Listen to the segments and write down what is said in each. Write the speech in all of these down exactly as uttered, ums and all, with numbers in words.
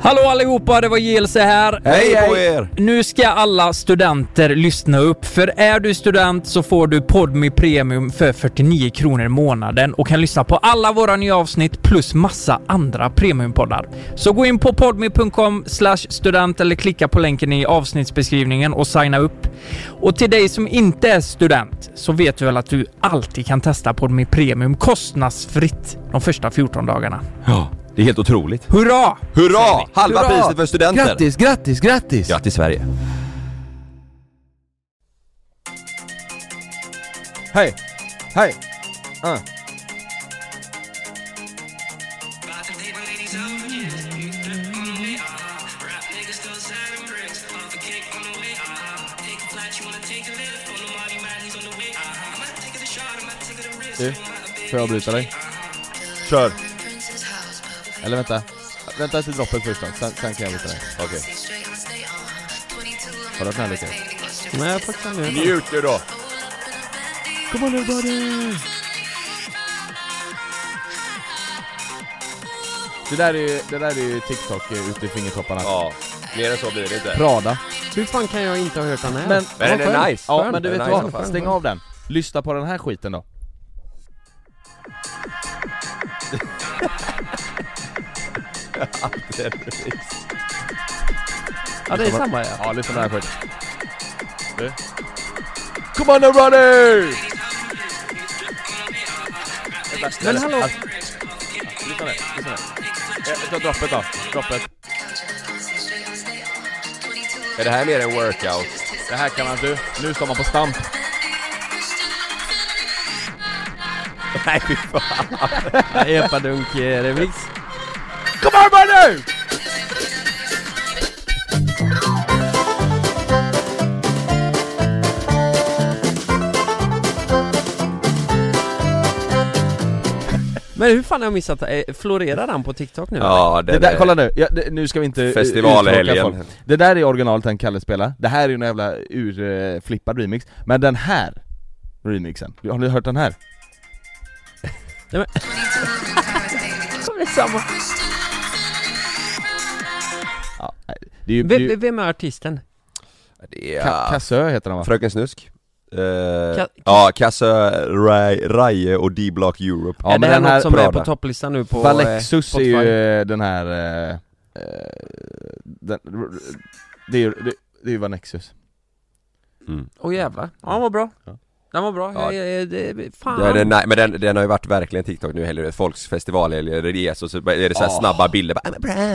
Hallå allihopa, det var Gilse här. Hej på er! Nu ska alla studenter lyssna upp. För är du student så får du Podme Premium för fyrtionio kronor i månaden och kan lyssna på alla våra nya avsnitt plus massa andra premiumpoddar. Så gå in på podme punkt com slash student eller klicka på länken i avsnittsbeskrivningen och signa upp. Och till dig som inte är student så vet du väl att du alltid kan testa Podme Premium kostnadsfritt de första fjorton dagarna. Ja. Det är helt otroligt. Hurra! Hurra! Halva Hurra! priset för studenter. Grattis, grattis, grattis! Grattis Sverige. Hej! Hej! Uh. Du, får jag bryta dig? Kör. Eller vänta. Vänta till droppet först då. Sen, sen kan jag bryta dig. Okej. Okay. Har du hört den här lite? Nej, jag faktiskt inte. Njut nu då. Come on everybody! Det där är ju, det där är ju TikTok ute i fingertopparna. Ja, mer än så blir det inte. Prada. Hur fan kan jag inte ha hört den här? Men, men den är nice. Ja, Skön. men du vet nice vad? fan. Stäng av den. Lyssna på den här skiten då. Ja, det är samma, ja. Ja, lyssna på den här skiten. Du. Come on everybody! Men hallå. Alltså, lyssna nu, lyssna nu. Jag tar droppet då, droppet. Är det här mer en workout? Det här kan man du. Nu står man på stamp. Nej, fy fan. Epadunk remix. Come on everybody! Men hur fan har jag missat det? Florerar den på TikTok nu? Ja, det, Det där, är kolla nu, ja, det, nu ska vi inte festivalhelgen. Det där är originalet den Kalle spelar. Det här är ju en jävla urflippad remix. Men den här remixen, har ni hört den här? Nej, men... det är samma. Ja, det är ju, Vem, det är ju vem är artisten? Det är Ka- Kassö heter den va? Fröken Snusk. Uh, Ka- ja, Kassö, Rai, Raje och D-Block Europe. Ja, är men det här den något här som Prada. är på topplistan nu på Valexus eh, är ju Spotify? eh, den här eh, eh, den, det är ju det, det är ju Valexus. Mm. Åh jävlar, ja, den var bra. Ja. Den var bra, Ja. jag, jag, det, fan. Ja, den, nej, men den, den har ju varit verkligen TikTok nu heller. Folks festival eller res och så är det så här Oh. snabba bilder. Bara,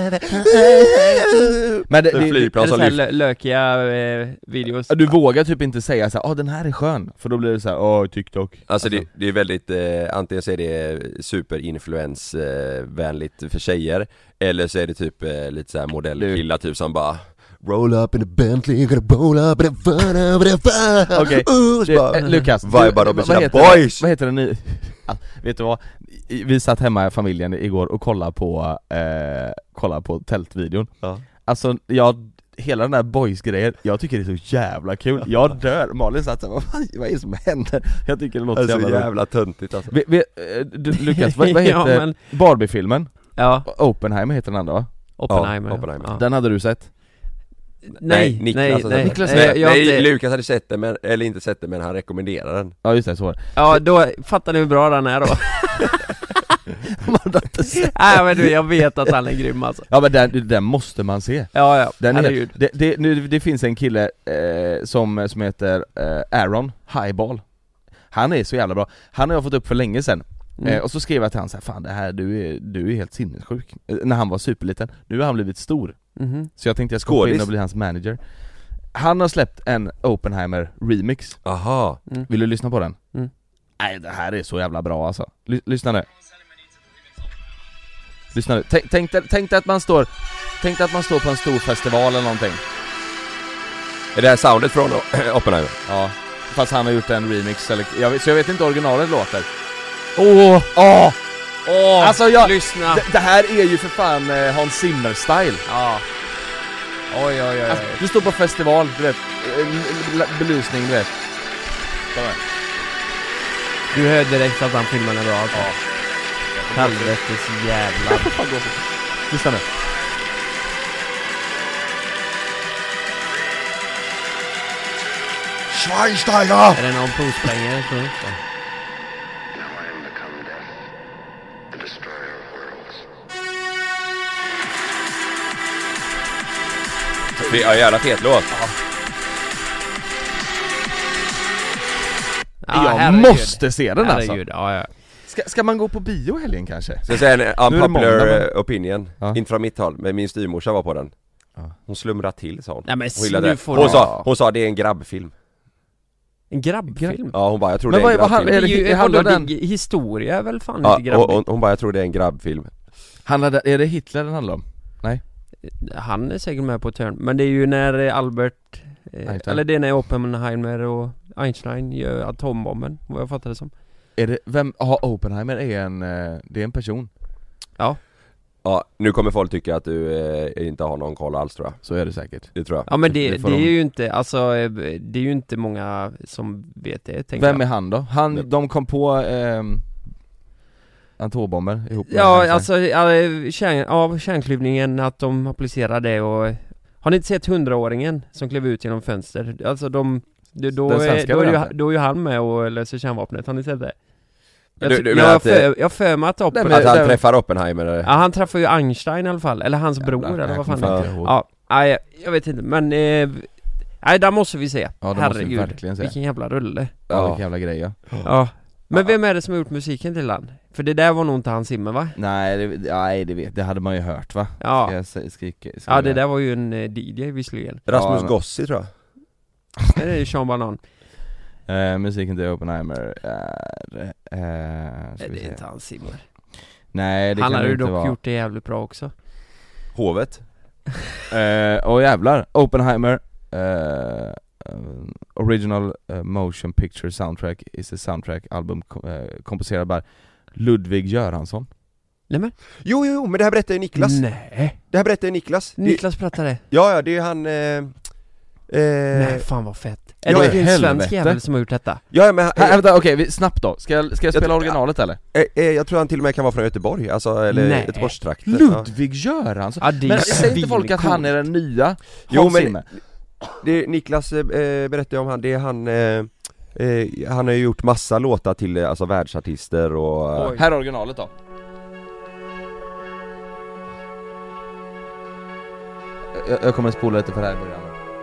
Men det, det, det, flygplan Är det som så här lyfter. lö- lökiga eh, videos? du vågar typ inte säga så här, åh den här är skön, för då blir det så här, åh TikTok. Alltså det, det är väldigt, eh, antingen så är det superinfluensvänligt för tjejer, eller så är det typ eh, lite så här modellkillar typ som bara roll up in a Bentley, gonna roll up in a fun up in a fun. Okej, uh, du, eh, Lukas, vibar de med sina heter boys. Det, vad heter det ni? Ja, vet du vad? Vi satt hemma i familjen igår och kollade på eh, kollade på tältvideon. Ja. Alltså jag hela den där boys-grejen, jag tycker det är så jävla kul. Jag dör. Malin satt såhär, vad, fan, vad är det som händer? Jag tycker det låter Alltså så jävla, jävla töntigt alltså. vi, vi, eh, du, Lukas, vad, vad heter Ja, men- Barbie-filmen? Ja, Oppenheimer heter den andra va? Oppenheimer. Ja, Oppenheimer. Ja. Den hade du sett? Nej, Niklas nej, hade nej. sett Niklas- den. nej, nej, jag har nej inte- Lukas hade sett den, men, eller inte sett den, men han rekommenderar den. Ja just det, så var det. Ja, då fattar ni hur bra den är då. Nej men du, jag vet att han är grym alltså. Ja men den, den måste man se. Ja, ja, Den är, herregud. det, det, nu, det finns en kille eh, som, som heter eh, Aaron Highball. Han är så jävla bra. Han har jag fått upp för länge sedan. Mm. Eh, och så skrev jag till han så här, fan det här, du är, du är helt sinnessjuk. Eh, när han var superliten. Nu har han blivit stor. Mhm. Så jag tänkte jag ska gå in Skådis. och bli hans manager. Han har släppt en Oppenheimer remix. Aha. Mm. Vill du lyssna på den? Mm. Nej, det här är så jävla bra alltså. Ly- lyssna nu. Lyssna nu. Tänk, tänk, dig- tänk dig att man står Tänk dig att man står på en stor festival eller någonting. Är det här soundet från Oppenheimer? Ja, fast han har gjort en remix eller, jag vet, så jag vet inte hur originalet låter. Åh, åh, Åh, alltså jag, lyssna. det, det här är ju för fan eh, Hans Zimmer-style. Ja. Oj, oj, oj, oj. Alltså, du står på festival, du vet, eh, l- belysning, du vet. Kom här. Du hör direkt att han filmen är bra alltså. Ja. Helvetes jävlar. Lyssna nu. Schweinsteiger! Är det någon provsprängare? Så? Ja, jävla fet låt. Ja, jag herregud. måste se den alltså. Herregud, ja, ja. Ska, ska man gå på bio helgen kanske? Så jag säger en Nu är det unpopular måndag, men- opinion, Ja. inte från mitt håll, men min styvmorsa var på den. Ja. Hon slumrade till, sa hon. Nej men Hon gillade nu det. får Hon du... sa, hon sa det är en grabbfilm. En grabbfilm? Ja, hon bara, jag tror Men det är en vad- vad grabbfilm. han- Det är ju, det handlar vadå, den- det- historia är väl fan Ja, inte grabb. och, hon, hon bara, jag tror det är en grabbfilm. Handlade, är det Hitler den handlar om? Han är säkert med på ett hörn. Men det är ju när eh, Albert eh, Einstein. eller det är när Oppenheimer och Einstein gör atombomben, vad jag fattar det som. Är det, vem, ja Oppenheimer är en, eh, det är en person. Ja, nu kommer folk tycka att du eh, inte har någon koll alls, tror jag. Så är det säkert. Det tror jag. Ja men det, Det det, får är de- ju inte, alltså eh, det är ju inte många som vet det, tänker Vem är jag. han då? Han, de kom på ehm, atombomber ihop med Ja Einstein. alltså, ja, kärn, ja, kärnklyvningen, att de applicerar det och... Har ni inte sett hundraåringen som klev ut genom fönster? Alltså de... det- Då, Den är, svenska då, är ju, varianten. då är ju han med och löser kärnvapnet, har ni sett det? Jag, Du- ty- du jag, menar har att det- för, jag har för mig att Oppen... Nej, men- Att han den- träffar Oppenheimer eller? Ja han träffar ju Einstein i alla fall, eller hans Jävlar, bror jag eller vad fan kommer det inte är. ihåg. Ja, nej, jag vet inte, men... Eh, nej, där måste vi se. Ja, det måste vi Herregud, verkligen se. vilken jävla rulle. Ja, Ja. vilken jävla grej ja. Ja. Men Ja. vem är det som har gjort musiken till han? För det där var nog inte hans simmer va? Nej, det, nej det, vet, det hade man ju hört va? Ska Ja, jag sä- skrika, skrika ja det där var ju en eh, D J visserligen. Rasmus Ja, men- Gossi, tror jag. Det är ju Sean Banan. Eh, musiken till Oppenheimer är, eh, ska Nej, vi det är se. inte hans simmer. Nej det Han kan hade det ju inte dock vara. gjort det jävligt bra också. Hovet. Eh, Åh jävlar, Oppenheimer eh, eh, Original eh, Motion Picture Soundtrack is a soundtrack album kom, eh, komposerad av Ludvig Göransson. Nej men? Jo, jo, jo, men det här berättar ju Niklas. Nej. Det här berättar ju Niklas. Det, Niklas pratade. ja, ja, det är ju han... Eh, Nej eh, fan vad fett. Är ja, det i en helvete. svensk jävel som har gjort detta? ja, men... Här, Eh, vänta, okej, vi, snabbt då. Ska jag, ska jag Jag spela tror- originalet eller? eh, eh, jag tror han till och med kan vara från Göteborg, alltså, eller Nej. Göteborgstrakten. Ja. Ludvig Göransson? Ja, det är Men säger inte folk att han är den nya Jo, Hans men- Zimmer? Det, Niklas eh, berättade om han, det är han... Eh, eh, han har ju gjort massa låtar till eh, alltså världsartister och... eh, Oj. Här är originalet då. Jag, jag kommer spola lite för det här i början.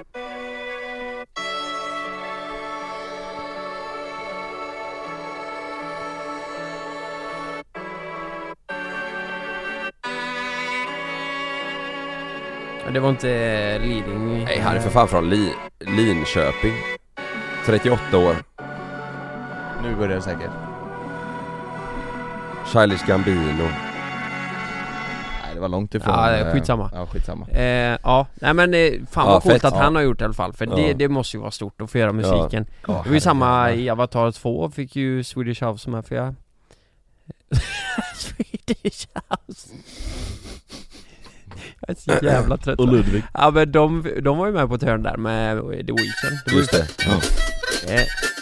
Ja, det var inte eh, leading. Nej, han är för fan från Li, Linköping. trettioåtta år. Nu börjar det säkert. Childish Gambino. Nej, det var långt ifrån. Ja, det är eh, skitsamma. Ja, skitsamma. Eh, ja, nej men eh, fan Ja, vad coolt fett. att Ja. han har gjort i alla fall. För Ja. det, det måste ju vara stort att få göra musiken. Ja, Det var ju samma herregud. i Avatar två, fick ju Swedish House med för jag... Swedish House. Jag är så jävla trött. Och Ludvig. Ja men de, de var ju med på ett hörn där med The Weeknd. Det var ju Just det. Ja. Eh,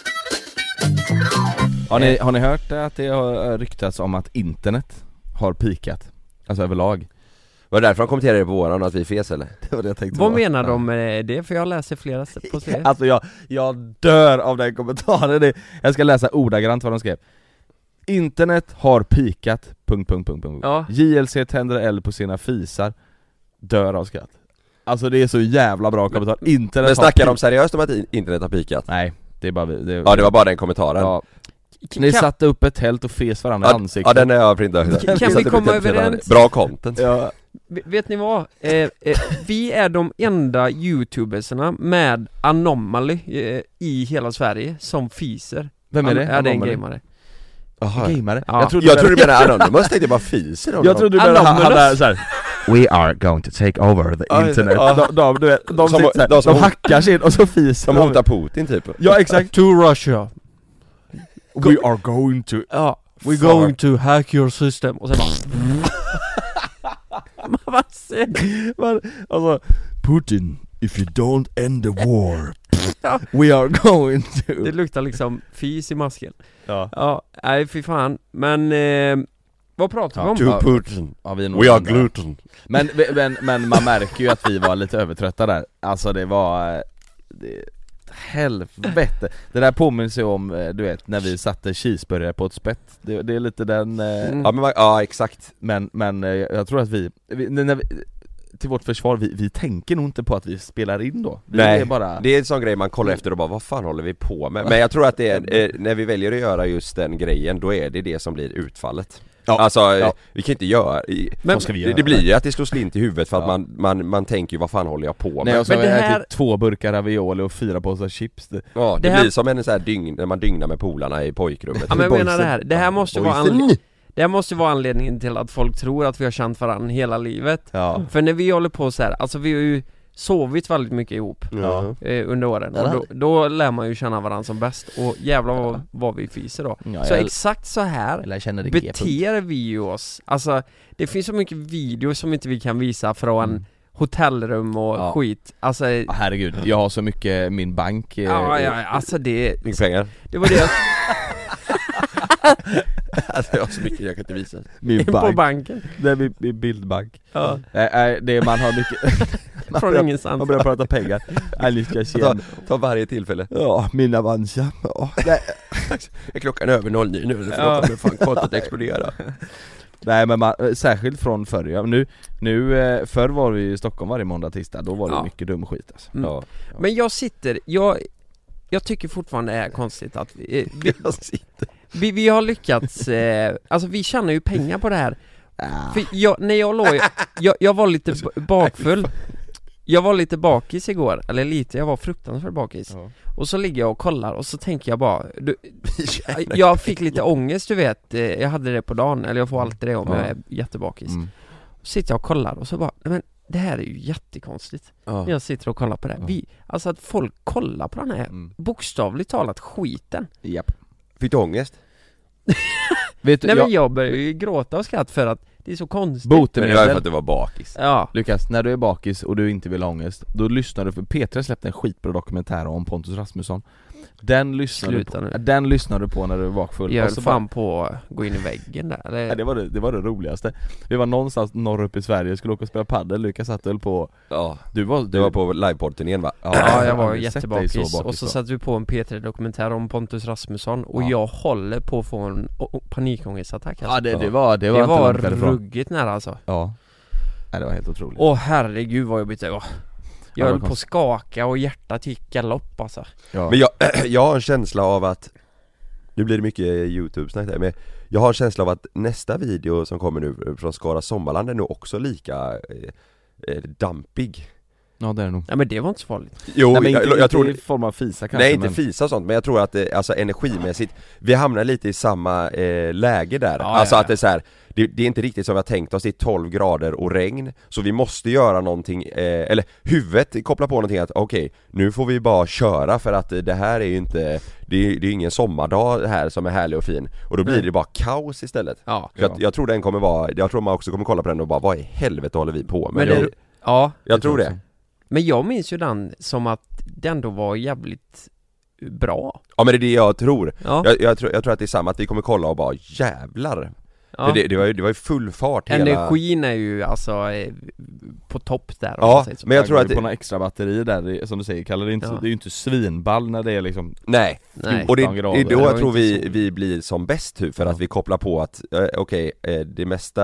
Har ni, har ni hört att det har ryktats om att internet har pikat? Alltså överlag. Var det därför de kommenterade på våran att vi fes eller? Det var det jag tänkte Vad på. menar Ja. de med det? För jag läser flera på det. Alltså jag, jag dör av den kommentaren. Det- Jag ska läsa ordagrant vad de skrev. Internet har pikat, punkt, punkt, punkt, punkt. Ja. J L C tänder eld på sina fisar. Dör av skratt. Alltså det är så jävla bra kommentar. Internet Men har snackar de peak- seriöst om att i- internet har pikat? Nej, det är bara vi- det, Ja, det var bara den kommentaren. ja. K- Ni kan- satte upp ett tält och fes varandra i Ja, ansiktet. ja, den är jag printat. Kan- kan Så vi att det komma blir typ överens? Bra content. Ja. V- Vet ni vad? Eh, eh, vi är de enda youtubersarna med Anomaly eh, i hela Sverige som fiser. Vem är det? Ja, det är en Anomaly? gamare. Jaha. Gamare? Ja. Jag trodde Jag trodde du menade Anonymous, tänkte jag bara fiser om Jag dem. trodde du menade han, han Anonymous. där såhär. We are going to take over the Ja, internet. ja. De, de, du vet, de, Som- sitter såhär, de de, som- hackar sig in och så fiser Som hotar Putin typ. Ja exakt. To Russia. We are going to. Ja, we're Far. going to hack your system. Och sen bara... Man bara ser... Men, alltså, Putin, if you don't end the war, Ja. we are going to. Det luktar liksom fis i masken. Ja. Ja, nej fy fan. Men, eh, vad pratar vi om? Ja. Putin. Ja, vi är nog We are ändå- gluten. Men, men, men man märker ju att vi var lite övertrötta där. Alltså det var... Det, helvete. Det där påminner sig om, du vet, när vi satte cheeseburgare på ett spett. Det, det är lite den... Mm. Ja, men, ja, exakt. Men, men jag tror att vi... vi, när vi till vårt försvar, vi, vi tänker nog inte på att vi spelar in då. Det Nej, är bara... det är en sån grej man kollar efter och bara, vad fan håller vi på med? Men jag tror att det är, eh, när vi väljer att göra just den grejen, då är det det som blir utfallet. Ja. Alltså, ja. vi kan inte göra... Men, ska vi göra det, det blir ju att det slår slint i huvudet för att ja. man, man, man tänker ju, vad fan håller jag på med? Nej, och så men har det jag här... ätit två burkar ravioli och fyra påsar chips. Det... Ja, det, det här... blir som en så här dygn, när man dygnar med polarna i pojkrummet. Ja, men jag menar det här, det här måste vara anledningen. Det här måste vara anledningen till att folk tror att vi har känt varandra hela livet. Ja. För när vi håller på så här, alltså vi har ju sovit väldigt mycket ihop ja. eh, under åren. Och då, då lär man ju känna varandra som bäst. Och jävlar vad, vad vi fiser då. Ja, så jag... exakt så här beter vi ju oss. Alltså, det finns så mycket video som inte vi kan visa från mm. hotellrum och ja. skit. Alltså, ja, herregud, jag har så mycket min bank. Eh, ja, ja, alltså det... Mycket pengar. Det var det jag... Alltså jag har så mycket jag kan inte visa. Min bank. På banken. Det är min, min bildbank. Ja. Nej, det är, man har mycket man från börjar, ingenstans. Man börjar prata pengar. Nej, ni ska se. Ta, ta varje tillfälle. Ja, min Avanza. Ja. Är klockan över noll nio nu, för ja. då kommer fan kontot explodera. Nej, men man, särskilt från förr. Ja, nu, nu, förr var vi i Stockholm varje måndag tisdag. Då var det ja. mycket dum skit alltså. Mm. Ja. Men jag sitter, jag Jag tycker fortfarande det är konstigt att vi, vi, vi, vi har lyckats, eh, alltså vi tjänar ju pengar på det här. För jag, när jag låg, jag, jag var lite bakfull. Jag var lite bakis igår, eller lite, jag var fruktansvärt bakis. Ja. Och så ligger jag och kollar och så tänker jag bara du, jag fick lite ångest, du vet. Jag hade det på dagen, eller jag får alltid det om ja. jag är jättebakis. Mm. Så sitter jag och kollar och så bara, men det här är ju jättekonstigt. Ja. Jag sitter och kollar på det här. Ja. Vi, alltså att folk kollar på den här mm. bokstavligt talat skiten. Japp. Fick du ångest? Vet du, Nej jag... men jag börjar ju gråta och skratt för att det är så konstigt. Botemedel. Men det var för att du var bakis. Ja. Lukas, när du är bakis och du inte vill ha ångest, då lyssnar du, för Petra släppte en skitbra dokumentär om Pontus Rasmusson. Den lyssnar, du på, den lyssnar du på när du är bakfull. Jag höll fan på att gå in i väggen där. Eller? Ja, det, var det, det var det roligaste. Vi var någonstans norr upp i Sverige, skulle åka och spela paddel. Lukas satt höll på. Ja, du var, du... du var på livepodd-turnén va? Ja, ja jag var jättebakis. Så bakis, och så då. satte vi på en P tre-dokumentär om Pontus Rasmusson. Och ja. jag håller på att få en panikångestattack alltså. Ja, det, det var Det var, det var ruggigt nära alltså. Ja, ja, det var helt otroligt. Åh herregud vad jobbigt det var. Jag höll på att skaka och hjärtat gick galopp alltså. Ja. Men jag, jag har en känsla av att, nu blir det mycket YouTube-snack där, men jag har en känsla av att nästa video som kommer nu från Skara Sommarland är nog också lika eh, dampig. Ja, det är nog. Ja, men det var inte så farligt. Jo, nej, men inte, jag, jag tror inte i form av fisa kanske. Nej, inte men... fisa och sånt, men jag tror att det, alltså energimässigt, vi hamnar lite i samma eh, läge där. Ja, alltså ja, ja. att det är så här, det, det är inte riktigt som vi har tänkt oss, det är tolv grader och regn, så vi måste göra någonting, eh, eller huvudet kopplar på någonting att okej, okay, nu får vi bara köra för att det här är ju inte, det är, det är ingen sommardag här som är härlig och fin, och då blir det bara kaos istället. Ja, ja. Jag, jag tror den kommer vara, jag tror man också kommer kolla på den och bara, vad i helvete håller vi på med? Men det, jag, ja, jag tror det. Men jag minns ju den som att den då var jävligt bra. Ja, men det är det jag tror. Ja. Jag, jag, tror jag tror att det är samma, att vi kommer kolla och bara jävlar. Ja. Det, det, var ju, det var ju full fart hela... Energin är ju alltså eh, på topp där. Ja, men jag tror att det... på några extra batteri där, det, som du säger, kallar det inte, ja. det är ju inte svinball när det är liksom... Nej, Nej. och det, det är då jag tror vi, vi blir som bäst typ, för att ja. vi kopplar på att, eh, okej, okay, eh, det mesta...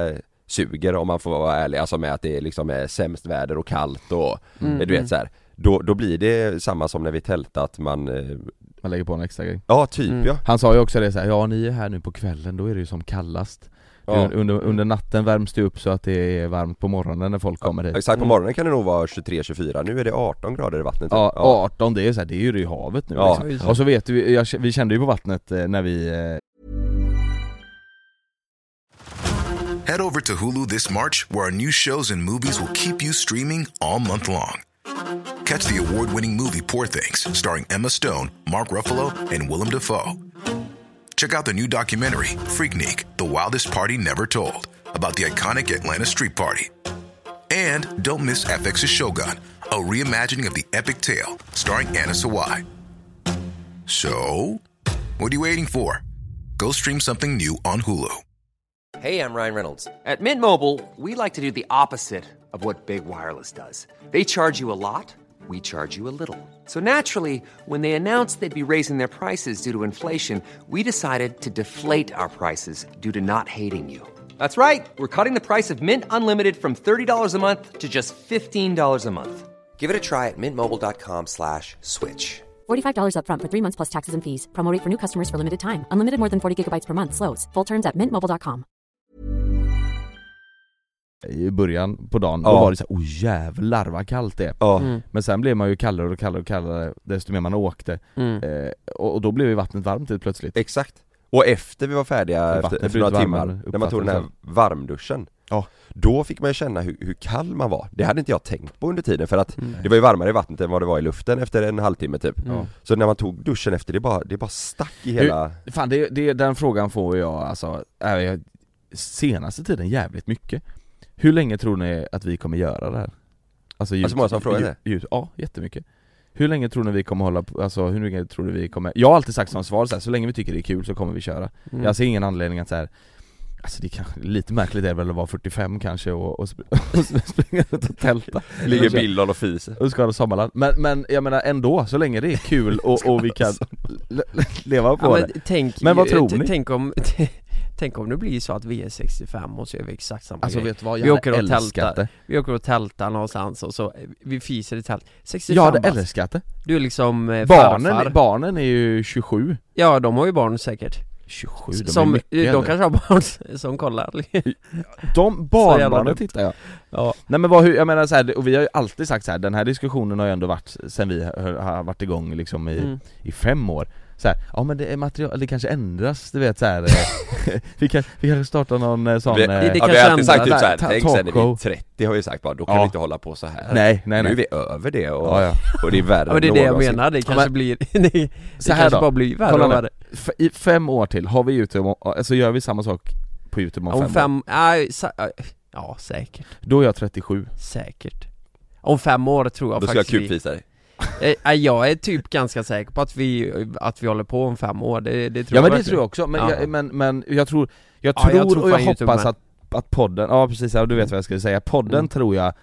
suger, om man får vara ärlig, alltså med att det liksom är sämst väder och kallt och mm, du vet så här. Då, då blir det samma som när vi tältat, man eh... man lägger på en extra grej. Ja, typ mm. ja. Han sa ju också det så här, ja ni är här nu på kvällen, då är det ju som kallast. Ja. Under, under natten värms det upp så att det är varmt på morgonen när folk kommer hit. Exakt, på morgonen kan det nog vara tjugotre tjugofyra. Nu är det arton grader i vattnet. Ja, arton, det är så här, det är ju i havet nu ja. liksom. Och så vet du, jag, vi kände ju på vattnet när vi eh... Head over to Hulu this March, where our new shows and movies will keep you streaming all month long. Catch the award-winning movie Poor Things, starring Emma Stone, Mark Ruffalo, and Willem Dafoe. Check out the new documentary, Freaknik, The Wildest Party Never Told, about the iconic Atlanta Street Party. And don't miss F X's Shogun, a reimagining of the epic tale, starring Anna Sawai. So, what are you waiting for? Go stream something new on Hulu. Hey, I'm Ryan Reynolds. At Mint Mobile, we like to do the opposite of what Big Wireless does. They charge you a lot, we charge you a little. So naturally, when they announced they'd be raising their prices due to inflation, we decided to deflate our prices due to not hating you. That's right. We're cutting the price of Mint Unlimited from thirty dollars a month to just fifteen dollars a month. Give it a try at mintmobile.com slash switch. forty-five dollars up front for three months plus taxes and fees. Promo rate for new customers for limited time. Unlimited more than forty gigabytes per month. Slows full terms at mint mobile dot com. I början på dagen, ja. då var det så här, oh jävlar vad kallt det är. Ja. Mm. Men sen blev man ju kallare och kallare och kallare desto mer man åkte. Mm. eh, och, och då blev ju vattnet varmt helt plötsligt. Exakt. Och efter vi var färdiga, Vattnet efter, efter blir några varmare, timmar, när man tog den här uppfattar varmduschen, Ja. då fick man ju känna hur, hur kall man var. Det hade inte jag tänkt på under tiden, för att Mm. det var ju varmare i vattnet än vad det var i luften efter en halvtimme typ. Mm. Så när man tog duschen efter, det bara, det bara stack i hela... Fan, det, det, den frågan får jag alltså är jag, senaste tiden jävligt mycket. Hur länge tror ni att vi kommer göra det här? Alltså, Alltså många som frågar det? Ljud, ja, jättemycket. Hur länge tror ni vi kommer hålla på, alltså hur länge tror ni vi kommer... Jag har alltid sagt som svar så här, så länge vi tycker det är kul så kommer vi köra. Mm. Jag ser ingen anledning att så här. Alltså det är kanske lite märkligt är väl att vara fyrtiofem kanske och, och, sp- och springa ut och tälta. Ligger Billon och fiser. Och ska ha sommarland. Men, men jag menar ändå, så länge det är kul och, och vi kan le- leva på Ja, det. men, tänk, Men vad tror t- ni? Tänk om, tänk om det blir så att vi är sextiofem och så gör vi exakt samma Alltså grej. vet du vad, Vi jag hade åker och älskat tältar. det. Vi åker och tältar någonstans och så vi fiser i tält. sextiofem Jag hade bast. älskat det. Du är liksom eh, Barnen, farfar. barnen är ju tjugosju. Ja, de har ju barn säkert. tjugosju, de som, är mycket de äldre. kanske har barn som kollar. De Så jävla barnbarnen dumt. tittar jag. Ja. Nej men vad, hur, jag menar så här, och vi har ju alltid sagt så här, den här diskussionen har ju ändå varit sen vi har, har varit igång liksom i, Mm. i fem år. Så här, ja men det är material, det kanske ändras, du vet så här. eh, vi kan vi kanske starta någon eh, sån Vi, eh, det ja, vi kanske har alltid sagt ändras. typ såhär, Ta- tänk sen när vi talkshow. är trettio har vi sagt bara, då kan Ja. vi inte hålla på så här. Nej, nej, Nu är nej. vi över det och, Ja, ja. och det är värre Ja, men det är det jag någonsin. menar, det kanske men- blir, det, det Så här kanske då. bara blir värre Kolla och nu. värre. F- I fem år till har vi YouTube, om- alltså gör vi samma sak på YouTube om, Om fem, år. fem, nej, sa, ja säkert, Då är jag trettiosju. säkert. Om fem år tror jag Då ska jag faktiskt vi, kupvisa dig. Eh, jag är typ ganska säker på att vi, att vi håller på om fem år, det, det tror Ja jag men det verkligen. tror jag också, men, Ja. jag, men, men jag tror Jag Ja, tror, jag tror och jag fan YouTube hoppas med. att, att podden, ja precis, ja, du vet vad jag skulle säga. Podden Mm. tror jag,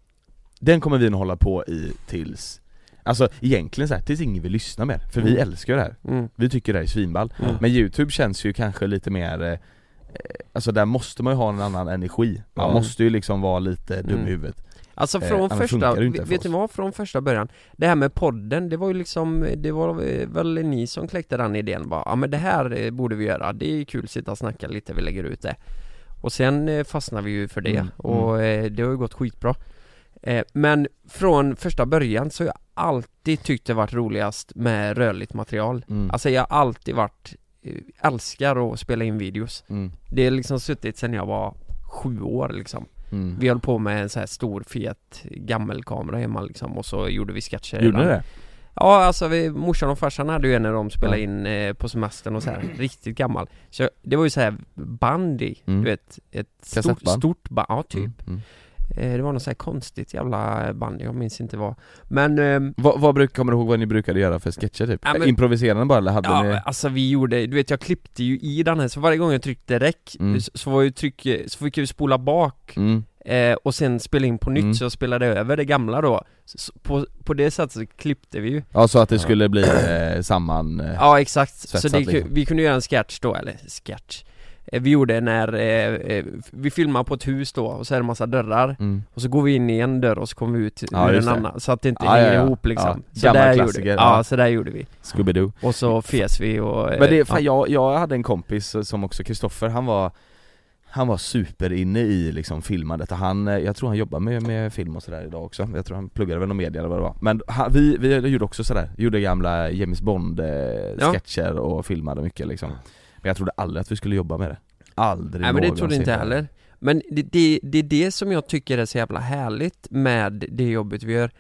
den kommer vi nog hålla på i tills, alltså egentligen så här, tills ingen vill lyssna mer. För vi Mm. älskar det här, Mm. vi tycker det här är svinball. Mm. Men YouTube känns ju kanske lite mer eh, alltså där måste man ju ha en annan energi. Man Ja. måste ju liksom vara lite dum Mm. i huvudet. Alltså Eh, från annars första, funkar det inte vet för vet ni oss. vad, från första början, det här med podden, det var ju liksom, det var eh, väl ni som kläckte den idén bara, ja men det här eh, borde vi göra, det är kul att sitta och snacka lite, vi lägger ut det. Och sen eh, fastnar vi ju för det, Mm, och eh, det har ju gått skitbra. Eh, men från första början så har jag alltid tyckt det varit roligast med rörligt material. Mm. Alltså jag har alltid varit, eh, älskar att spela in videos. Mm. Det är liksom suttit sedan jag var sju år liksom. Mm. Vi höll på med en så här stor fet gammelkamera hemma liksom, och så gjorde vi sketcher. Gjorde ni ibland. det? Ja, alltså vi, morsan och farsan hade ju en när de spelade Ja. in eh, på semestern och så här, riktigt gammal. Så det var ju så här band i, Mm. du vet, ett stort, Kassettband? stort band, ja typ. Mm. Mm. Eh, det var något så här konstigt jävla band, jag minns inte vad. Men, ehm, Vad, vad bruk, kommer du ihåg vad ni brukade göra för sketcher typ? Ja, men- Improviserade ni bara eller hade ja, ni? alltså vi gjorde, du vet jag klippte ju i den här, så varje gång jag tryckte räck Mm. så, så var ju tryck, så fick vi spola bak. Mm. Eh, och sen spela in på nytt, Mm. så jag spelade över det gamla då. Så, så på, på det sättet så klippte vi ju. Ja, så att det skulle bli eh, samman eh, Ja, exakt. Så svetsat det, liksom. vi kunde göra en sketch då, eller sketch. Eh, vi gjorde när, eh, eh, vi filmar på ett hus då, och så är det en massa dörrar. mm. Och så går vi in i en dörr och så kommer vi ut Ja, ur just en det. annan. Så att det inte Ja, hänger ja, ja. ihop liksom. Ja, Så gammal där gjorde klassiker, vi. ja. Ja, så där gjorde vi. Scooby-Doo. Och så fes vi och... eh, Men det, fan, ja. jag, jag hade en kompis som också, Kristoffer, han var Han var super inne i liksom filmandet. Han, jag tror han jobbar med, med film och sådär idag också. Jag tror han pluggade väl någon media eller vad det var. Men han, vi, vi gjorde också sådär, gjorde gamla James Bond eh, Ja. sketcher och filmade mycket liksom. Men jag trodde aldrig att vi skulle jobba med det. Aldrig. Nej, men det trodde någonsin. inte jag heller. Men det, det, det är det som jag tycker är så jävla härligt med det jobbet vi gör.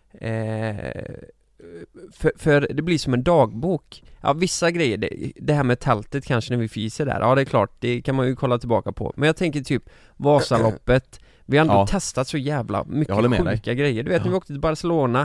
Eh, för, för det blir som en dagbok. Ja, vissa grejer, det, det här med tältet kanske när vi fiser där, ja det är klart, det kan man ju kolla tillbaka på. Men jag tänker typ Vasaloppet, vi har ändå Ja. testat så jävla Jag mycket håller med sjuka grejer. Du vet, Ja. när vi åkte till Barcelona,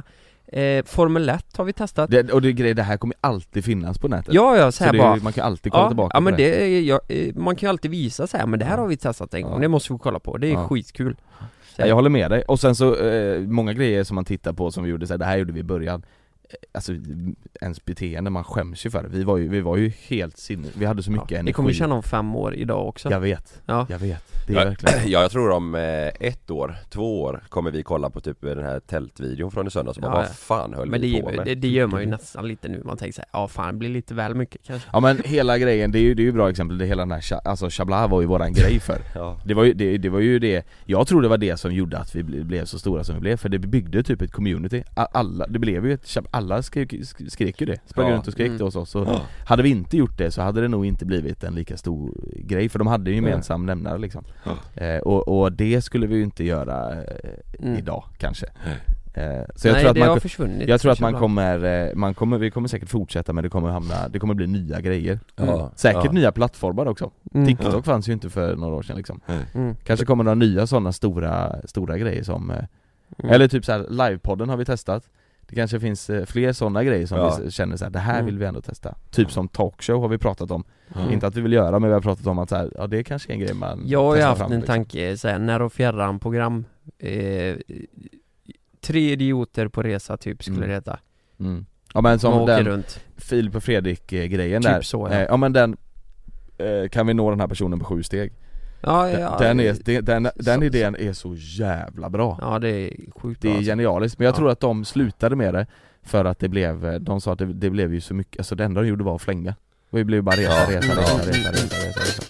eh, Formel ett har vi testat. det, Och det, det, det här kommer alltid finnas på nätet. Ja, ja, så här så det, bara, man kan alltid kolla ja, tillbaka ja, men på det. det är, ja, eh, man kan ju alltid visa så här, men det här har vi testat en gång, Ja. det måste vi kolla på, det är Ja. skitkul. Ja, jag håller med dig. Och sen så, eh, många grejer som man tittar på som vi gjorde så här, det här gjorde vi i början. Eh, Alltså, ens beteende, man skäms ju för det. Vi var ju, vi var ju helt sinne. Vi hade så mycket Ja, energi. det kommer vi känna om fem år idag också. Jag vet, Ja. jag vet. Det är Ja, verkligen. ja, jag tror om eh, ett år, två år kommer vi kolla på typ den här tältvideo från i söndags och bara, Ja, vad ja. fan höll Men vi det, på med? det, det gör man ju nästan lite nu, man tänker så här, ja fan det blir lite väl mycket kanske. Ja, men hela grejen, det är ju, det är ju bra exempel. Det hela den här, cha- alltså Chabla var ju våran grej för. Ja. Det var ju det, det var ju det. Jag tror det var det som gjorde att vi ble, blev så stora som vi blev. För det byggde typ ett community. A- Alla, det blev ju ett Chab- alla skrek, sk- skrek ju det. Sprang Ja. runt och skrek Mm. det hos oss. Så Ja. hade vi inte gjort det så hade det nog inte blivit en lika stor grej. För de hade ju en gemensam nämnare liksom. Ja. eh, och, och det skulle vi ju inte göra eh, Mm. idag kanske. eh, Så jag Nej, tror att det man har ko- försvunnit. jag tror att man Chabla. kommer, eh, man kommer, vi kommer säkert fortsätta, men det kommer hamna, det kommer bli nya grejer. Ja. Säkert Ja. nya plattformar också. Mm. TikTok Ja. fanns ju inte för några år sedan liksom. Mm. Kanske kommer några nya sådana stora, stora grejer som eh, Mm. eller typ så här, livepodden har vi testat. Det kanske finns eh, fler sådana grejer som Ja. vi känner så här, det här Mm. vill vi ändå testa. Typ som talkshow har vi pratat om. Mm. Inte att vi vill göra, men vi har pratat om att så här, ja det är kanske är en grej man Jag har ju testar haft fram, en liksom. tanke såhär, när och fjärran program eh, Tre idioter på resa typ skulle Mm. det heta. Mm. Ja, men Som som åker den runt. Filip och Fredrik eh, grejen Typ där. så, ja. Eh, ja men den eh, kan vi nå den här personen på sju steg. Ja, Den, ja, den, är, den, den, den så- idén är så jävla bra. Ja, det är sjukt Det bra är alltså. genialiskt, men jag Ja. tror att de slutade med det för att det blev, de sa att det, det blev ju så mycket, alltså det enda de gjorde var att flänga. Och det blev bara resa, Ja. resa, Ja. resa, resa, resa, resa, resa.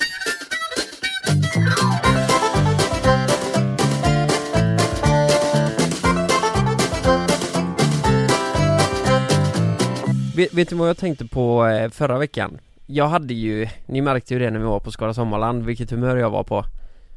Vet, vet du vad jag tänkte på eh, förra veckan? Jag hade ju, ni märkte ju det när vi var på Skara Sommarland, vilket humör jag var på.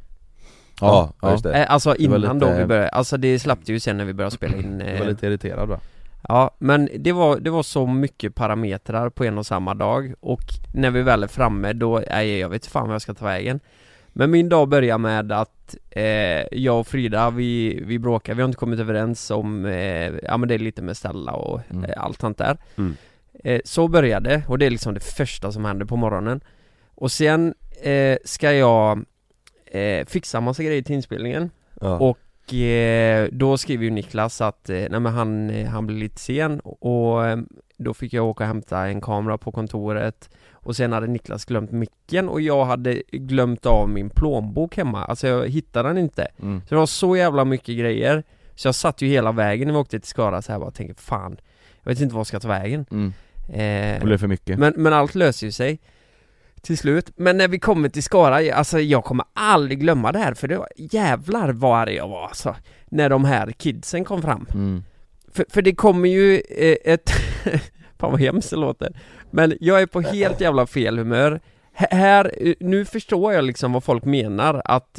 Ja, ja, just det. Eh, alltså Det var innan lite- då vi började, alltså det släppte ju sen när vi började spela in. Jag var Eh, lite irriterad va? ja, men det var, det var så mycket parametrar på en och samma dag. Och när vi väl är framme då, nej jag vet fan vad jag ska ta vägen. Men min dag börjar med att eh, jag och Frida, vi, vi bråkar, vi har inte kommit överens om, eh, ja men det är lite med Stella och Mm. eh, allt sånt där. Mm. Eh, så började, och det är liksom det första som händer på morgonen. Och sen eh, ska jag eh, fixa massa grejer till inspelningen. Ja. Och eh, då skriver ju Niklas att eh, nej men han, eh, han blir lite sen. Och eh, då fick jag åka och hämta en kamera på kontoret. Och sen hade Niklas glömt micken och jag hade glömt av min plånbok hemma. Alltså jag hittade den inte. Mm. Så det var så jävla mycket grejer. Så jag satt ju hela vägen när vi åkte till Skara så här bara och tänkte fan, jag vet inte vad jag ska ta vägen. Mm. Eh, Det blev för mycket. men, men allt löser ju sig till slut. Men när vi kommer till Skara, alltså jag kommer aldrig glömma det här. För det var jävlar vad arg jag var alltså, när de här kidsen kom fram. Mm. För, för det kommer ju eh, ett fan vad hemskt det låter. Men jag är på helt jävla fel humör. H- här, eh, nu förstår jag liksom vad folk menar. Att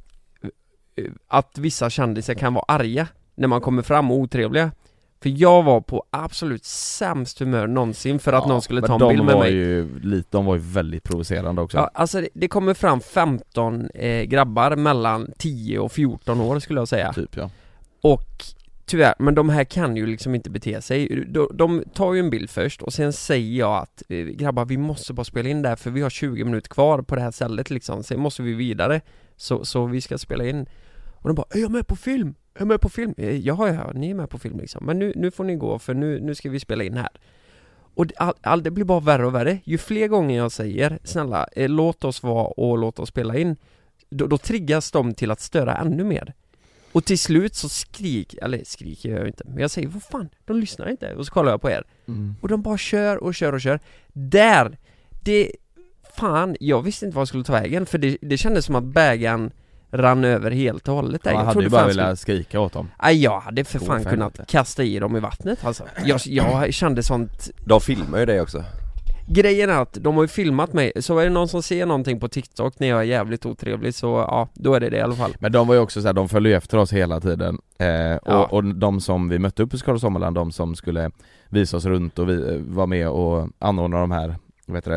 eh, Att vissa kändisar kan vara arga när man kommer fram och otrevliga. För jag var på absolut sämst humör någonsin för att Ja, någon skulle men ta en de bild med var mig. Ju lite, de var ju väldigt provocerande också. Ja, alltså det, det kommer fram femton eh, grabbar mellan tio och fjorton år skulle jag säga. Typ ja. Och tyvärr, men de här kan ju liksom inte bete sig. De, de tar ju en bild först och sen säger jag att eh, grabbar, vi måste bara spela in där för vi har tjugo minuter kvar på det här stället liksom. Sen måste vi vidare. Så, så vi ska spela in. Och de bara, är jag med på film? Är jag med på film? Eh, Ja, ja, ni är med på film liksom. Men nu, nu får ni gå för nu, nu ska vi spela in här. Och det, all, all, det blir bara värre och värre. Ju fler gånger jag säger, snälla, eh, låt oss vara och låt oss spela in. Då, då triggas de till att störa ännu mer. Och till slut så skrik, eller skriker jag inte, men jag säger, vad fan, de lyssnar inte. Och så kollar jag på er. Mm. Och de bara kör och kör och kör. Där, det, fan, jag visste inte vad jag skulle ta vägen. För det, det kändes som att bägaren rann över helt och hållet där. Man Jag hade trodde ju bara fan velat skulle... skrika åt dem. Nej, jag hade för Gå fan för kunnat helvete. kasta i dem i vattnet alltså. Jag, jag kände sånt. De filmar ju dig också. Grejen är att de har ju filmat mig. Så är det någon som ser någonting på TikTok när jag är jävligt otrevlig, så ja, då är det det i alla fall. Men de var ju också så här, de följde ju efter oss hela tiden. eh, och, Ja. och de som vi mötte upp på Skara Sommarland, de som skulle visa oss runt och vi, var med och anordna de här, vad heter det,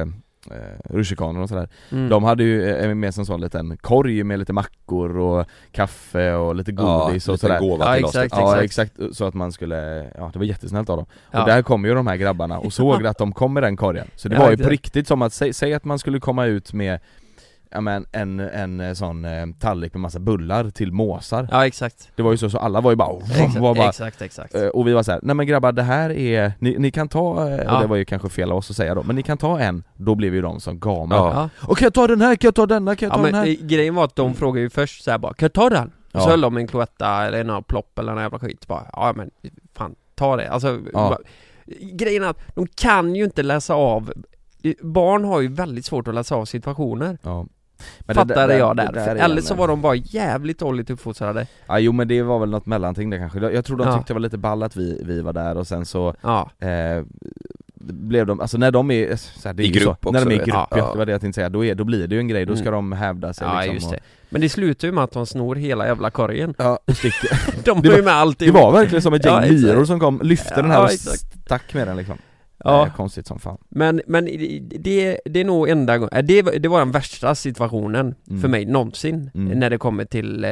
eh, rutschkanor och sådär. Mm. De hade ju eh, med sig en sån liten korg med lite mackor och kaffe och lite godis ja, och sådär. gåva Ja, till exakt, oss. Ja exakt. exakt, så att man skulle, ja det var jättesnällt av dem. Ja. Och där kom ju de här grabbarna och såg att de kom med den korgen. Så det Ja, var ju exakt. på riktigt som att, säg, säg att man skulle komma ut med ja, men en, en sån eh, tallrik med massa bullar till måsar. Ja, exakt. Det var ju så, så alla var ju bara, Exakt, var bara exakt, exakt. eh, och vi var så här: nej men grabbar det här är, ni, ni kan ta, eh, Ja. och det var ju kanske fel av oss att säga då, men ni kan ta en, då blev ju de som gav mig. Ja. Ja. Och kan jag ta den här, kan jag ta denna, kan jag Ja, ta men den här? eh, grejen var att de frågade ju först så här bara, kan jag ta den? Och så Ja. höll de en Cloetta eller en plopp eller en jävla skit bara, ja men fan, ta det. Alltså, Ja. bara, grejen är att de kan ju inte läsa av, barn har ju väldigt svårt att läsa av situationer. Ja. Men Fattade det- jag det- där, det där För är eller en- så var de bara jävligt dåligt uppfostrade. Ja jo men det var väl något mellanting där kanske. Jag, jag tror de Ja. tyckte det var lite ball att vi, vi var där och sen så Ja, eh, blev de, alltså när de är så här, det är I ju grupp så, också, när de är i vet grupp, jag. ja, Ja. det var det jag tänkte säga, då, är, då blir det ju en grej, då ska Mm. de hävda sig ja liksom, just och, det. Men det slutar ju med att de snor hela jävla korgen. Ja, och sticker. De Det har ju var- med allting. Det var verkligen som ett gäng Ja, exakt. myror som kom, lyfte Ja, den här och exakt. stack med den liksom. Ja. Eh, konstigt som fan. Men, men det, det är nog enda gången, det, var- det var den värsta situationen Mm. för mig någonsin Mm. när det kommer till eh,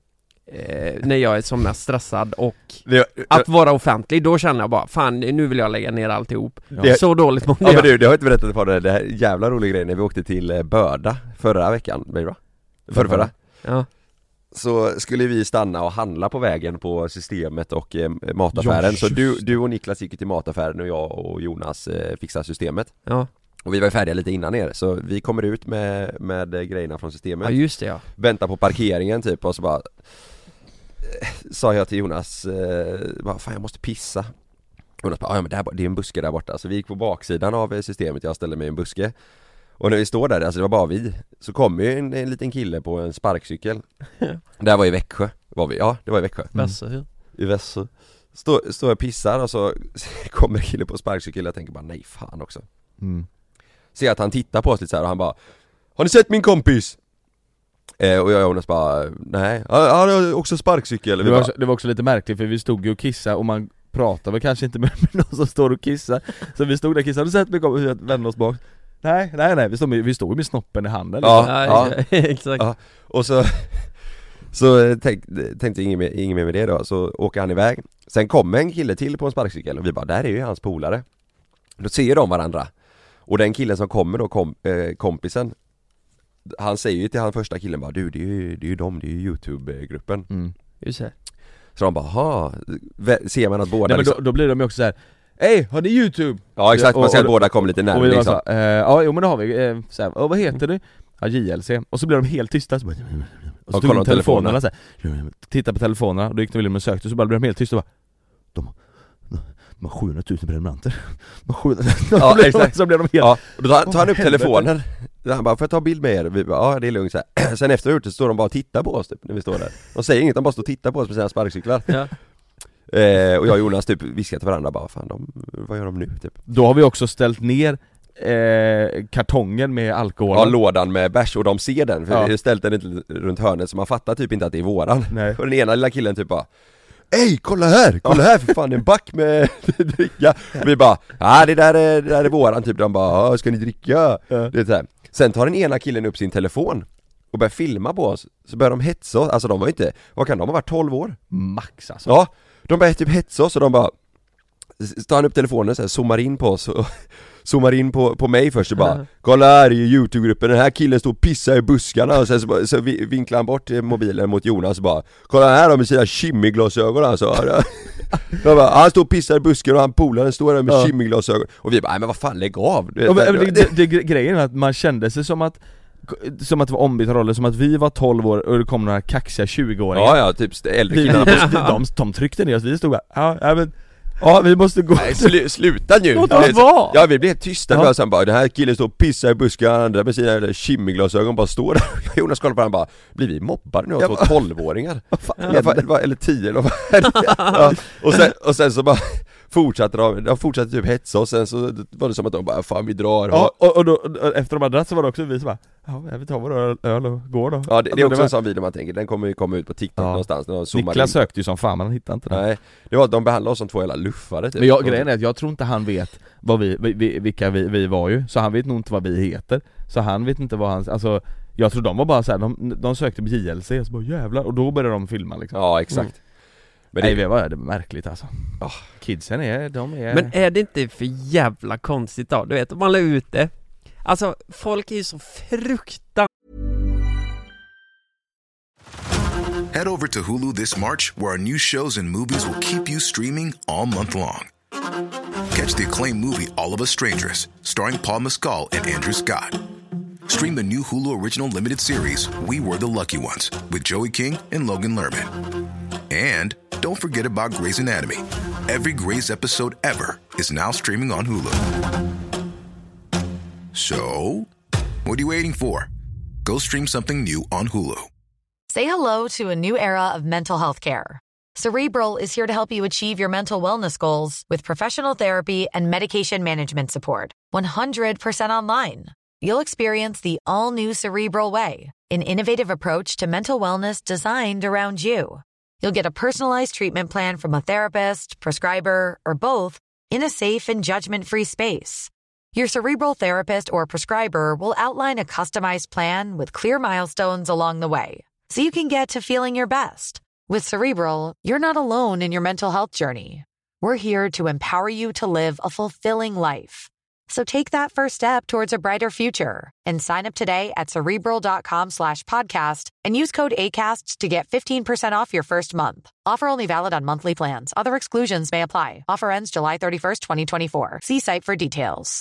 eh, när jag är som mest stressad och Det, att vara offentlig, då känner jag bara fan nu vill jag lägga ner alltihop. Det- Så dåligt mådde ja men jag. du, det har jag inte berättat för dig, det här jävla roliga grejen när vi åkte till eh, Börda förra veckan, blir det bra? Förra, förra. Ja. Så skulle vi stanna och handla på vägen på Systemet och eh, mataffären. Ja, Så just du, det. du och Niklas gick till mataffären och jag och Jonas eh, fixade Systemet. Ja. Och vi var färdiga lite innan er, så vi kommer ut med, med eh, grejerna från Systemet. ja, just det ja. Väntar på parkeringen typ och så bara eh, sa jag till Jonas, eh, bara, fan jag måste pissa. Jonas bara, ja men det, här, det är en buske där borta. Så vi gick på baksidan av eh, Systemet, jag ställde mig i en buske. Och när vi står där, alltså det var bara vi, så kom ju en, en liten kille på en sparkcykel. Det här var i Växjö, var vi, ja det var i Växjö. Mm. I Växjö. Står står jag och pissar och så kommer en kille på sparkcykel, jag tänker bara nej fan också. Mm. Ser att han tittar på oss lite så här och han bara, har ni sett min kompis? Eh, och jag och Jonas bara, nej, ja, han har också sparkcykel. Det Vi var, bara, också, det var också lite märkligt för vi stod ju och kissade och man pratar väl kanske inte med, med någon som står och kissar. Så vi stod där och kissade, har du sett mig komma och vände oss bak? Nej, nej, nej, vi stod med, vi stod med snoppen i handen liksom. Ja. Ja, exakt. Ja. Och så Så tänk, tänkte ingen mer, ingen mer med det då. Så åker han iväg. Sen kommer en kille till på en sparkcykel och vi bara, där är ju hans polare. Då ser de varandra. Och den killen som kommer då, kom, eh, kompisen, han säger ju till han första killen bara, du det är ju, det är ju dem, det är ju YouTube-gruppen. Mm. Just det. Så de bara, ha, ser man att båda Nej, men liksom, då, då blir de ju också så här. Hej, har ni YouTube? ja exakt, man och- ser att och- båda kommer lite Och närmare vi var liksom. så, eh, ja jo men det har vi, eh, så här, och vad heter du? Ja J L C, och så blev de helt tysta så bara, och så Ja, tog kolla de på telefonerna så här, tittade på telefonerna och då gick de in och sökte, så bara blev de helt tysta och bara, de, de har sjuhundratusen prenumeranter. De har sjuhundratusen. Ja, Så blev de- exakt. Så blev de helt, Ja, och då tar, tar han upp Åh, helvete. telefonen. Han bara, får jag ta bild med er? Vi bara, ja det är lugnt så här. Sen efter det så står de bara och tittar på oss typ, när vi står där. De säger inget, de bara står och tittar på oss med sina sparkcyklar. Ja. eh, Och jag och Jonas typ viskar till varandra bara, fan de, vad gör de nu typ? Då har vi också ställt ner eh, kartongen med alkohol. Ja, lådan med bärs och de ser den, för Ja. vi har ställt den lite runt hörnet så man fattar typ inte att det är våran. Nej. Och den ena lilla killen typ bara, ej kolla här, kolla här för fan, en back med dricka. Och vi bara, ja det där är, det där är våran typ. De bara, ja ska ni dricka? Ja. Det är så här. Sen tar den ena killen upp sin telefon och börjar filma på oss. Så börjar de hetsa oss, alltså de var ju inte, vad kan de ha varit, tolv år? Max alltså. Ja, de börjar typ hetsa oss och de bara, s- tar han upp telefonen så här, zoomar in på oss och zoomar in på, på mig först och bara, kolla här i YouTube-gruppen, den här killen står och pissar i buskarna. Och sen så, bara- så vi- vinklar han bort eh, mobilen mot Jonas och bara, kolla här då med sina chimmiglasögon alltså. De bara, han står och pissar i busken och han polaren står där med Ja. chimmiglasögon. Och vi bara, nej men vad fan, lägg av. Du vet, Ja, men, så här, men det, det, det, grejen är att man kände sig som att som att det var ombytta roller, som att vi var tolv år och det kom några kaxiga tjugo-åringar. ja ja, typ st- äldre Vi, killarna på de, de, de tryckte ner oss, vi stod bara, ja, ja men, ja vi måste gå. Nej, slu, sluta nu! Låt Ja, oss vara. Ja, vi blev helt tysta, Ja. ja. Sen bara, den här killen står och pissar i busken, andra med sina jävla chimmiglasögon bara står där. Jonas kollar på honom bara, blir vi mobbade nu av Ja, två vad- tolvåringar? Vad fan Ja, vad- vad- eller tio eller vad är det? Ja. Och, sen, och sen så bara fortsatte de, de fortsatte typ hetsa och sen så var det som att de bara, fan vi drar. Ja, och, och, då, och efter de hade dratt så var det också vi som bara, ja vi tar våra öl och går då. Ja det, det är också det var... en sån video man tänker, den kommer ju komma ut på TikTok ja. någonstans. Niklas sökte ju som fan men han hittade inte den. Nej, det var att de behandlade oss som två jävla luffare typ. Men jag, grejen är att jag tror inte han vet vad vi, vi vilka vi, vi var ju. Så han vet nog inte vad vi heter. Så han vet inte vad han, alltså jag tror de var bara så här, de, de sökte på J L C så bara jävlar, och då började de filma liksom. Ja exakt. Mm. Men det, Nej, det var det märkligt alltså. Oh. Kidsen är, de är... Men är det inte för jävla konstigt då? Du vet, om man la ut det. Alltså, folk är ju så fruktan. Head over to Hulu this March, where our new shows and movies will keep you streaming all month long. Catch the acclaimed movie All of Us Strangers, starring Paul Mescal and Andrew Scott. Stream the new Hulu original limited series We Were the Lucky Ones with Joey King and Logan Lerman. And don't forget about Grey's Anatomy. Every Grey's episode ever is now streaming on Hulu. So, what are you waiting for? Go stream something new on Hulu. Say hello to a new era of mental health care. Cerebral is here to help you achieve your mental wellness goals with professional therapy and medication management support. one hundred percent online. You'll experience the all-new Cerebral Way, an innovative approach to mental wellness designed around you. You'll get a personalized treatment plan from a therapist, prescriber, or both in a safe and judgment-free space. Your Cerebral therapist or prescriber will outline a customized plan with clear milestones along the way, so you can get to feeling your best. With Cerebral, you're not alone in your mental health journey. We're here to empower you to live a fulfilling life. So take that first step towards a brighter future and sign up today at Cerebral.com slash podcast and use code ACAST to get fifteen percent off your first month. Offer only valid on monthly plans. Other exclusions may apply. Offer ends July thirty-first, twenty twenty-four. See site for details.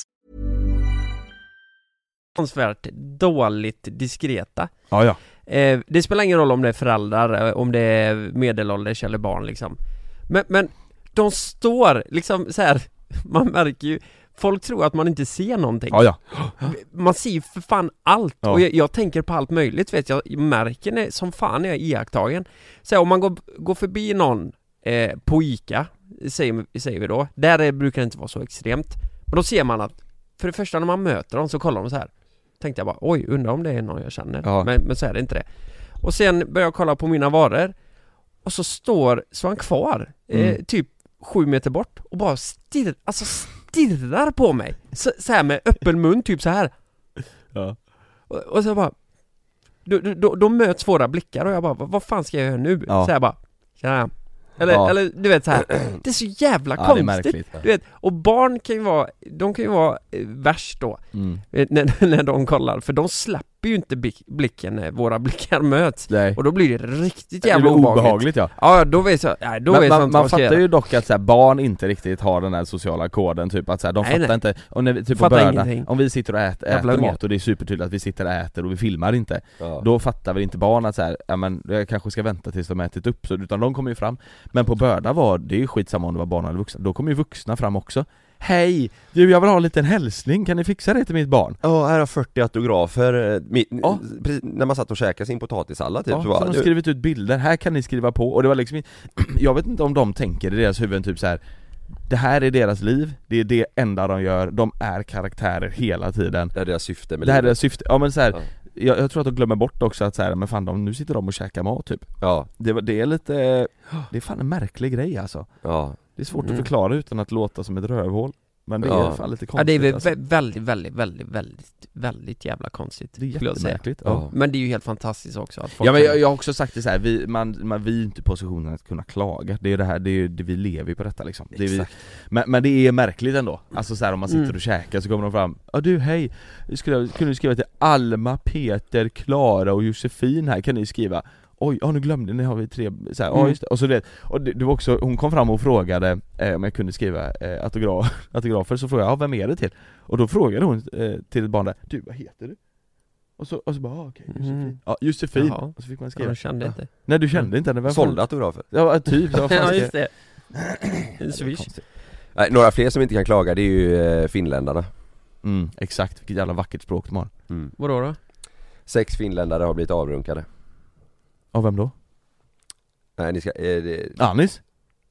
Fruktansvärt dåligt diskreta. Ja, ja. Eh, det spelar ingen roll om det är föräldrar, om det är medelålders eller barn liksom. Men, men de står liksom så här, man märker ju, folk tror att man inte ser någonting. Ja, ja. Man ser ju för fan allt. Ja. Och jag, jag tänker på allt möjligt, vet jag. Märker det som fan när jag är iakttagen. Så om man går, går förbi någon eh, på Ica, säger, säger vi då. Där är, brukar det inte vara så extremt. Men då ser man att, för det första när man möter dem så kollar de så här. Tänkte jag bara, oj, undrar om det är någon jag känner. Ja. Men, men så är det inte det. Och sen börjar jag kolla på mina varor. Och så står, så han kvar eh, mm. typ sju meter bort och bara stirrar, alltså stirrar på mig så, så här med öppen mun, typ så här. Ja. Och, och så bara då, då, då möts våra blickar och jag bara, vad fan ska jag göra nu? Ja. Så jag bara, tjena. Eller, ja. eller du vet så här. Det är så jävla ja, konstigt. Det är märkligt, ja. Du vet, och barn kan ju vara, de kan ju vara eh, värst då. Mm. När, när de kollar, för de släpper ju inte blicken när våra blickar möts. Nej. Och då blir det riktigt det jävla obehagligt. obehagligt. Ja. Ja, då vet jag, nej, då men, vet man, jag inte man vad ska fattar göra. ju dock att så här, barn inte riktigt har den här sociala koden typ att så här, de nej, fattar nej. inte och när vi, typ på Fattar börda, ingenting. om vi sitter och äter, Jävla äter unga. mat och det är supertydligt att vi sitter och äter och vi filmar inte. Ja. Då fattar väl inte barn att så här, ja men jag kanske ska vänta tills de ätit upp så, utan de kommer ju fram. Men på börda var det är ju skitsamma om det var barn eller vuxna. Då kommer ju vuxna fram också. Hej, du, jag vill ha en liten hälsning, kan ni fixa det till mitt barn? Ja, här har fyrtio autografer mitt, Ja. precis, när man satt och käkade sin potatissallad typ, Ja, så, så bara, de du- skrivit ut bilder, här kan ni skriva på. Och det var liksom, jag vet inte om de tänker i deras huvuden typ så här. Det här är deras liv, det är det enda de gör, de är karaktärer hela tiden. det är deras syfte med Det här är livet. deras syfte, ja men så här, Ja. jag, jag tror att de glömmer bort också att så här, men fan de, nu sitter de och käkar mat typ. Ja, Det, var- det är lite, det är fan en märklig grej alltså. ja. Det är svårt Mm. att förklara utan att låta som ett rövhål. Men det är Ja. fan lite Ja, konstigt det är väl alltså. vä- väldigt, väldigt, väldigt, väldigt, väldigt jävla konstigt. Det är skulle jag säga. jättemärkligt. Ja. Ja. Men det är ju helt fantastiskt också att folk Ja men kan- jag, jag har också sagt det så här, vi, man, man, vi är inte i positionen att kunna klaga. Det är det här, det är det vi lever ju på detta liksom. Det är vi, Exakt. men, men det är märkligt ändå. Alltså så här, om man sitter Mm. och käkar så kommer de fram. Ja du hej, skulle, kunde du skriva till Alma, Peter, Klara och Josefin här, kan ni skriva? Oj, ja nu glömde ni, har vi tre så här, Mm. ja just det. Och så det, och det, det var också, hon kom fram och frågade eh, om jag kunde skriva eh, autograf, autografer, så frågade jag, ja vem är det till? Och då frågade hon eh, till ett barn där, du vad heter du? Och så, och så bara, ah, okej, Josefin. Mm. Ja, Josefin. Jaha. Och så fick man Ja, skriva. jag kände inte. Nej du kände inte henne, vem Sålda autografer. Ja typ, så vad fan Ja, ska just jag- det. En swish. Nej, några fler som inte kan klaga, det är ju eh, finländarna. Mm, exakt, vilket jävla vackert språk de har. Mm. Vadå då? Sex finländare har blivit avrunkade. Av vem då? Nej, ni ska, eh, det, Anis?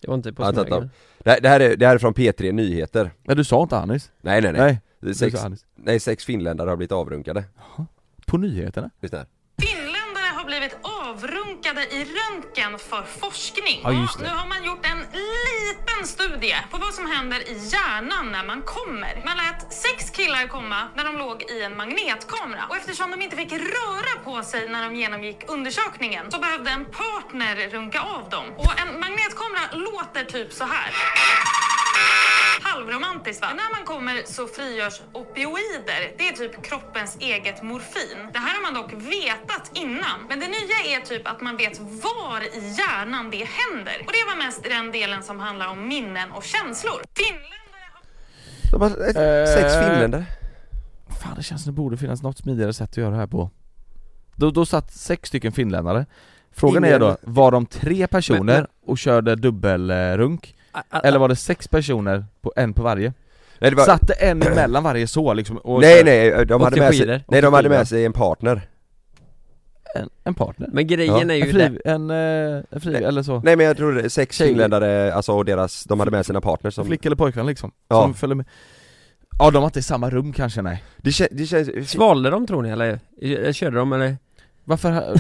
Det var inte på Ja, Smögen. ta- ta. det, här- det, här är, det här är från P tre Nyheter. Ja, du sa inte Anis? Nej nej nej, Nej, Det är du sex, sa Anis. nej sex finländare har blivit avrunkade. På nyheterna? Lyssna här. Finländare har blivit avrunkade i röntgen för forskning. Ja, just det. Nu har man gjort en liten studie på vad som händer i hjärnan när man kommer. Man lät sex killar komma när de låg i en magnetkamera. Och eftersom de inte fick röra på sig när de genomgick undersökningen så behövde en partner runka av dem. Och en magnetkamera låter typ så här. Halvromantiskt va? När man kommer så frigörs opioider. Det är typ kroppens eget morfin. Det här har man dock vetat innan. Men det nya är typ att man vet var i hjärnan det händer. Och det var mest den delen som handlar om minnen och känslor. Finländare har... De har eh, sex Eh. finländare. Fan, det känns som det borde finnas något smidigare sätt att göra det här på. Då, då satt sex stycken finländare. Frågan Ingen- är då, var de tre personer Men- men- och körde dubbelrunk? A- a- Eller var det sex personer, på, en på varje? Nej, det var, Satt det en mellan varje så liksom? Och nej nej, de Och hade till med sig, skidor. nej, de Och hade till med sig en partner. En, en partner? Men grejen Ja. är ju En det. fri, en, eh, en fri Nej. eller så? Nej men jag tror det är sex Tjej- finländare, alltså och deras, de hade med sina partners som... Flicka eller pojkvän liksom? Ja. Som följer med. Ja, de var inte i samma rum kanske, nej. Det, kän, det känns... Svalde de tror ni eller? Eller körde de eller? Varför?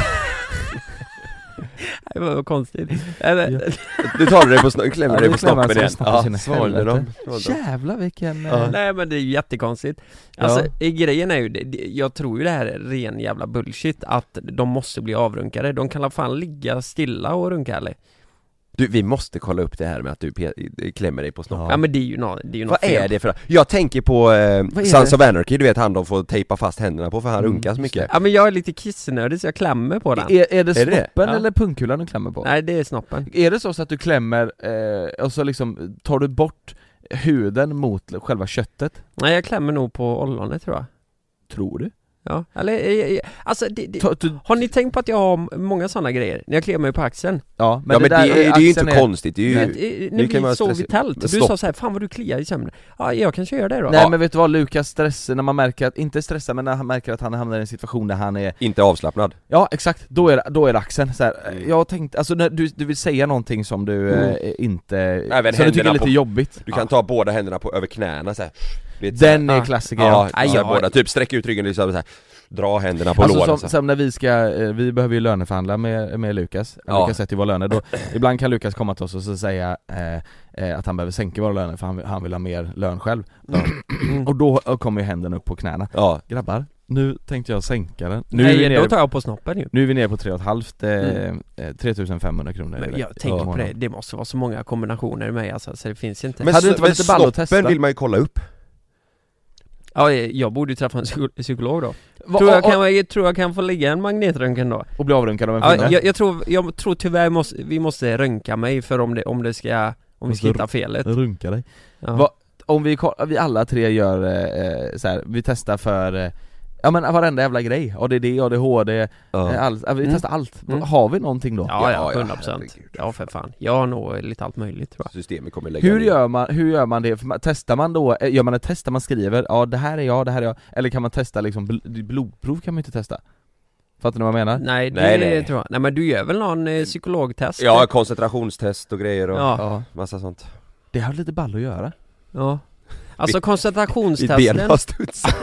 Det var konstigt. Eller, Du tar dig på sno- klämmer Ja, dig nu på klämmer snoppen sig igen. snoppen Ja, sina svalde de. helvete. Svalde de. Jävlar vilken... Ja. eh, nej men det är ju jättekonstigt. Alltså Ja. grejen är ju, det- det- jag tror ju det här är ren jävla bullshit att de måste bli avrunkade. De kan i alla fall ligga stilla och runka eller? Du, vi måste kolla upp det här med att du pe- klämmer dig på snoppen. Ja, men det är ju något, det är ju något Vad fel. är det för... Jag tänker på eh, Vad är Sons det? of Anarchy, du vet han de får tejpa fast händerna på för han Mm, runkar så mycket. Ja men jag är lite kissnödig så jag klämmer på den. Är, är det Är det det? snoppen Ja. eller pungkulan du klämmer på? Nej det är snoppen. Är det så, så att du klämmer eh, och så liksom tar du bort huden mot själva köttet? Nej jag klämmer nog på ollonet tror jag. Tror du? Ja, eller eh, eh, alltså det, det, Ta, du har ni tänkt på att jag har många sådana grejer? När jag kliar mig på axeln. ja, Men ja men det, där- är, det är ju inte axeln är- konstigt, det är ju... Men, eh, när det kan vi vara sov i stressigt. tält, Men du stopp. sa så här, fan vad du kliar i sömnen. Ja jag kanske gör det då. Nej Ja. men vet du vad, Lukas stress, när man märker att, inte stressa men när han märker att han hamnar i en situation där han är, Inte avslappnad. ja exakt, då är det, då är det axeln så här. Mm. Jag tänkte, alltså när du, du vill säga någonting som du eh, inte, Även som du tycker är händerna lite på- jobbigt. Du kan ta båda händerna på, över knäna så här. Vet, Den så här. är klassiker, Ja, ja. ja, så här, ja. båda, typ sträck ut ryggen liksom så här. Dra händerna på Alltså låren som, så här. som när vi ska, eh, vi behöver ju löneförhandla med, med Lukas, Ja. Lukas sätter ju våra löner då. Ibland kan Lukas komma till oss och så säga eh, eh, att han behöver sänka våra löner för han, vill- han vill ha mer lön själv. Och då kommer ju händerna upp på knäna. Ja, Grabbar, nu tänkte jag sänka den. Nu är Nej vi då nere, tar jag på snoppen ju. nu är vi nere på tre och ett halvt, eh, Mm. eh, tre tusen femhundra kronor. Men i- jag i tänker på månaden. det, det måste vara så många kombinationer med mig alltså, så det finns inte. men, Hade det inte men varit lite ball att testa? snoppen vill man ju kolla upp. Ja, jag borde ju träffa en psyko- psykolog då. Va- Tror jag, och- kan, jag tror jag kan få ligga en magnetröntgen då. Och bli avrunkad av en Ja, finne? jag, jag, tror, jag tror tyvärr måste, vi måste röntga mig för om det, om det ska, om vi ska Måste hitta felet. Runka dig. Ja. Va- Om vi, ko- vi alla tre gör eh, så här, vi testar för eh, ja men varenda jävla grej, A D D, A D H D, Ja. eh, allt, ja, vi Mm. testar allt. Mm. Har vi någonting då? Ja, Ja, ja, ja, hundra procent. herregud. Ja, för fan. Jag har nog lite allt möjligt tror jag. Systemet kommer lägga Hur ner. gör man, hur gör man det? För man, testar man då, eh, gör man ett test där man skriver, ja det här är jag, det här är jag, eller kan man testa liksom, bl- blodprov kan man inte testa? Fattar ni vad jag menar? Nej, det Nej, nej. tror jag. Nej men du gör väl någon eh, psykologtest? Ja, koncentrationstest och grejer och Ja. Ja, massa sånt. det har lite ball att göra. Ja. Alltså Ditt koncentrationstesten. ben har studsat.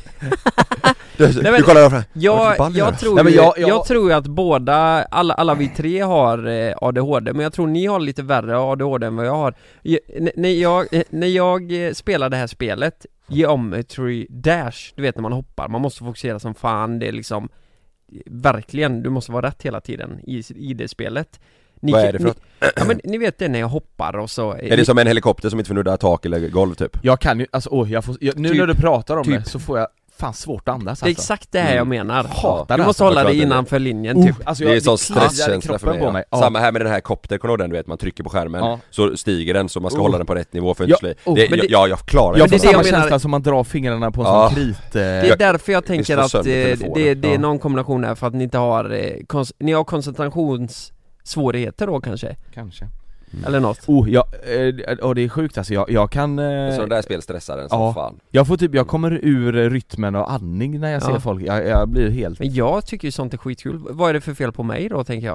Du, Nej, men- du kollar fram. Jag, Ball, jag, ja. tror Nej, men ju, jag- jag, jag- tror ju att båda, alla, alla vi tre har eh, A D H D, men jag tror ni har lite värre A D H D än vad jag har. Je, n- när, jag, eh, när jag eh, spelar det här spelet, Geometry Dash, du vet när man hoppar, man måste fokusera som fan, det är liksom verkligen, du måste vara rätt hela tiden i, i det spelet. Ni, Vad är det för ni, något? ja, men ni vet det när jag hoppar och så Är det som en helikopter som inte får nudda tak eller golv typ? Jag kan ju, alltså åh, jag får, jag, nu Typ- när du pratar om typ. det så får jag fan svårt att andas Det är alltså. exakt det här jag menar. Hatar Du det, måste alltså. hålla Jag dig klarar inte innanför linjen Oh, typ. alltså, Det är jag- sån kliar i stresskänsla för kroppen mig på mig. ja. Ja. Samma här med den här kopterkonoden, du vet man trycker på skärmen Ja. så stiger den så man ska Oh. hålla den på rätt nivå för att Ja, inte slå i. oh, det, men jag, det- Ja, jag klarar Jag inte får det är det samma jag menar. känsla som man drar fingrarna på en Ja. sån krit eh, Det är därför jag tänker slår att sönder eh, telefonen. det, det är Ja. någon kombination där för att ni inte har eh, kons- ni har koncentrationssvårigheter då kanske, Kanske. eller något. Oh, ja, eh, och det är sjukt alltså, jag, jag kan eh, Så den där spel stressar den som Ja. fan. jag får typ, jag kommer ur rytmen och andning när jag Ja. ser folk, jag, jag blir helt Men jag tycker ju sånt är skitkul. Vad är det för fel på mig då, tänker jag?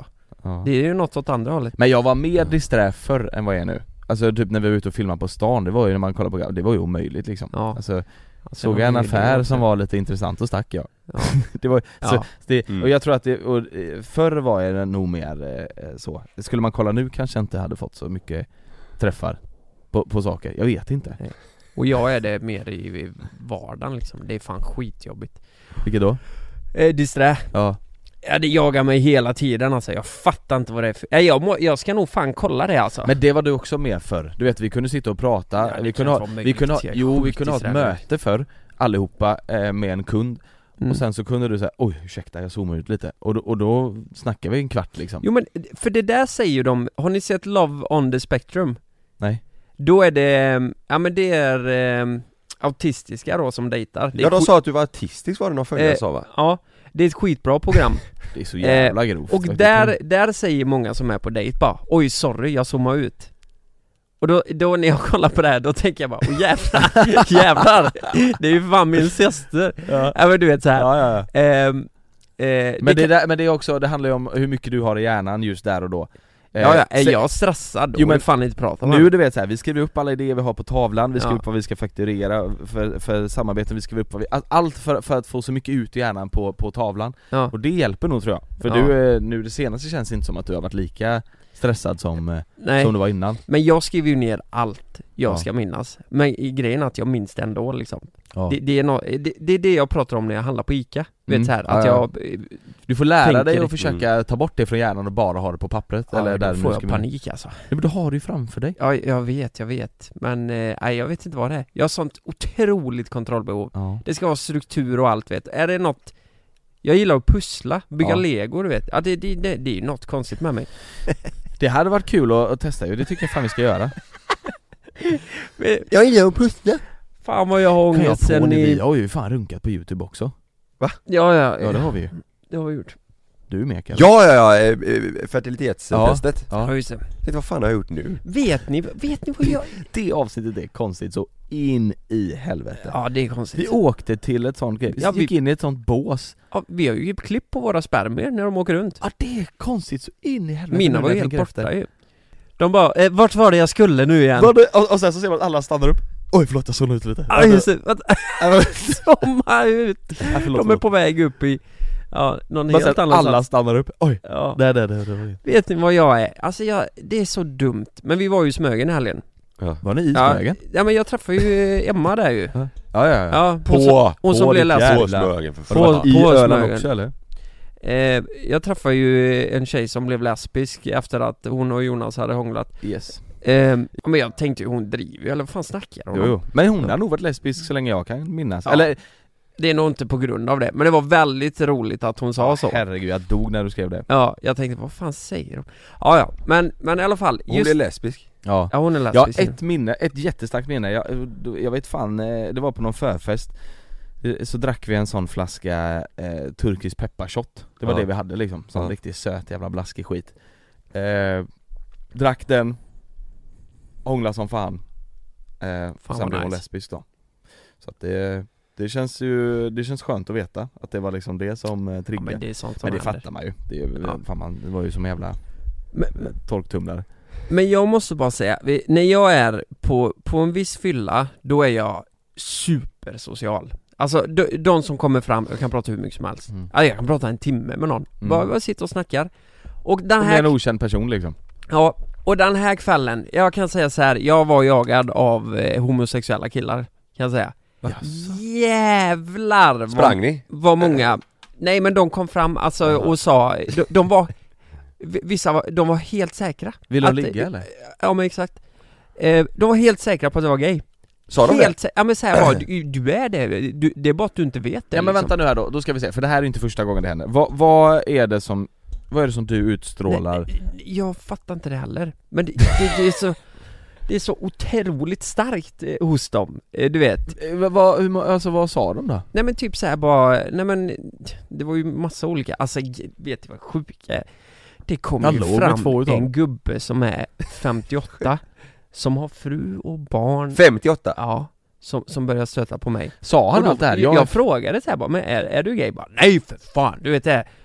Ja. Det är ju något åt andra hållet. Men jag var mer disträ förr än vad jag är nu. Alltså typ när vi var ute och filmade på stan, det var ju när man kollade på, det var ju omöjligt liksom. Ja. Alltså, alltså såg jag en affär som var lite intressant och stack jag. Ja. det var, ja. så, det, Mm. och jag tror att det, och förr var jag nog mer eh, så. Skulle man kolla nu kanske jag inte hade fått så mycket träffar på, på saker, jag vet inte. Nej. Och jag är det mer i, i vardagen liksom, det är fan skitjobbigt. Vilket då? Eh, disträ. Ja. Ja, det jagar mig hela tiden alltså, jag fattar inte vad det är för... ja, jag, må, jag ska nog fan kolla det alltså. Men det var du också med för. Du vet, vi kunde sitta och prata, Ja, vi kunde ha, vi kunde ha, jo, vi kunde ha ett disträ. möte för allihopa eh, med en kund. Mm. Och sen så kunde du säga, oj ursäkta jag zoomar ut lite. Och då, och då snackar vi en kvart liksom. Jo men, för det där säger ju de, har ni sett Love on the Spectrum? Nej. Då är det, ja men det är eh, autistiska då som dejtar. Det är Ja, de skit- sa att du var autistisk, var det någon följare eh, sa va? Ja, det är ett skitbra program. Det är så jävla Eh, grovt. Och där, där säger många som är på dejt bara, oj sorry jag zoomar ut. Och då, då när jag kollar på det här, då tänker jag bara, åh jävlar, jävlar, det är ju fan min syster. Ja. Ja men du vet så här. Ja, ja, ja. Ehm, eh, Men det, kan- där, men det är också, det handlar ju om hur mycket du har i hjärnan just där och då. Eh, Ja, ja, är se- jag stressad då? Jo, men men fan inte prata om Nu det. du vet så här, vi skriver upp alla idéer vi har på tavlan, vi skriver Ja. upp vad vi ska fakturera för, för samarbeten, vi skriver upp vad vi, allt för, för att få så mycket ut i hjärnan på, på tavlan. Ja. Och det hjälper nog tror jag. För Ja. du, eh, nu det senaste känns inte som att du har varit lika stressad som, eh, Nej, som du var innan. men jag skriver ju ner allt jag Ja. ska minnas. Men i grejen är att jag minns det ändå liksom. Ja. Det, det, är no, det, det är det jag pratar om när jag handlar på Ica. Mm. Vet så här, Ja, att ja. jag... Du får lära tänker dig att det. försöka ta bort det från hjärnan och bara ha det på pappret. Ja, eller då där får du jag ska panik alltså. Ja, men du har det ju framför dig. Ja, jag vet, jag vet. Men eh, nej, jag vet inte vad det är. Jag har sånt otroligt kontrollbehov. Ja. Det ska vara struktur och allt, vet. Är det något... Jag gillar att pussla, bygga Ja. lego, du vet. Ja, det, det, det, det är ju något konstigt med mig. Det hade varit kul att, att testa ju, det tycker jag fan vi ska göra. Jag gillar att pussla. Fan vad jag har Kan jag ångest på sen när i... vi har ju fan runkat på YouTube också. Ja, ja, Ja det har vi ju. det har vi gjort. Du med Kalle. Ja, ja, ja, eh, eh, fertilitetstestet. Ja. Ja, just det. Tänkte, vad fan har jag gjort nu? Vet ni, vet ni vad jag... Det avsnittet är konstigt så in i helvete. Ja, det är konstigt. Vi åkte till ett sånt grej, vi Ja, vi- gick in i ett sånt bås. Ja, vi har ju klipp på våra spermier när de åker runt. Ja det är konstigt så in i helvete. Mina nu var när ju jag helt tänker borta efter. ju. De bara, eh, vart var det jag skulle nu igen? Vad det- och, och sen så ser man att alla stannar upp. Oj förlåt jag zonade ut lite. Ja just det, Vänta. Ja, men- Zooma ut. Ja, förlåt, De är förlåt. på väg upp i, ja, någon Bara så helt att annan alla plats. stannar upp. Oj. Ja. Där, där, där, där. Vet ni vad jag är? Alltså jag, det är så dumt. Men vi var ju i Smögen i helgen. Var ni i Ja, Smögen? ja men jag träffade ju eh, Emma där ju. Ja ja ja. Ja, På, hon som, hon som på blev ditt läst. På jävla- Smögen för På- fan. I på Öland Smögen. också eller? Eh, jag träffade ju en tjej som blev lesbisk efter att hon och Jonas hade hånglat. Yes. Eh, men jag tänkte ju hon driver ju, eller vad fan snackar hon Jo, om? jo. Men hon har nog varit lesbisk så länge jag kan minnas. Ja. Eller, Det är nog inte på grund av det, men det var väldigt roligt att hon sa så. herregud jag dog när du skrev det. Ja, jag tänkte, vad fan säger hon? Ja, ja, men, men i alla fall Hon just, blev lesbisk. Ja. ja hon är Ja, lesbisk. ett minne, ett jättestarkt minne. Jag, jag vet fan, eh, det var på någon förfest. Eh, Så drack vi en sån flaska eh, turkisk pepparshot. Det var Ja. det vi hade liksom, sån Ja. riktigt söt jävla blaskig skit. eh, Drack den, hångla som fan, eh, Fan, Sen vad blev hon nice. lesbisk då. Så att det, det känns ju, det känns skönt att veta att det var liksom det som eh, Ja, triggade. men det är sånt som Men det händer. fattar man ju. Det, är, Ja. fan, man, det var ju som jävla Men, eh, torktumlare. men jag måste bara säga, vi, när jag är på, på en viss fylla, då är jag supersocial. Alltså de, de som kommer fram, jag kan prata hur mycket som helst. Mm. Ja, jag kan prata en timme med någon. Mm. Bara, bara sitta och snackar. Och den Som är här, en okänd person liksom. ja, och den här kvällen, jag kan säga så här, jag var jagad av eh, homosexuella killar, kan jag säga. Jävlar vad, Sprang ni? vad många, nej men de kom fram alltså och sa, de, de var, vissa var, de var helt säkra. Vill de Att- ligga eller? Ja men exakt. Eh, de var helt säkra på att jag var gay. Sa de Helt det? sä- ja men så här var du, du är det, du, det är bara att du inte vet det Ja men liksom. vänta nu här då, då ska vi se, för det här är inte första gången det händer. Vad, vad är det som, vad är det som du utstrålar? Nej, jag fattar inte det heller. Men det, det, det är så, det är så otroligt starkt eh, hos dem, eh, du vet. Eh, vad- vad, hur, må- alltså vad sa de då? Nej men typ så här bara, nej men det var ju massa olika, alltså g- vet du vad sjuka är? Det kom Jag ju låg med fram två utav en dem. gubbe som är femtioåtta som har fru och barn. femtioåtta? Ja, som, som börjar stöta på mig. Sa han Och då- allt det här? Jag, Jag, frågade så här bara, men är, är du gay? Bara, nej för fan, du vet det.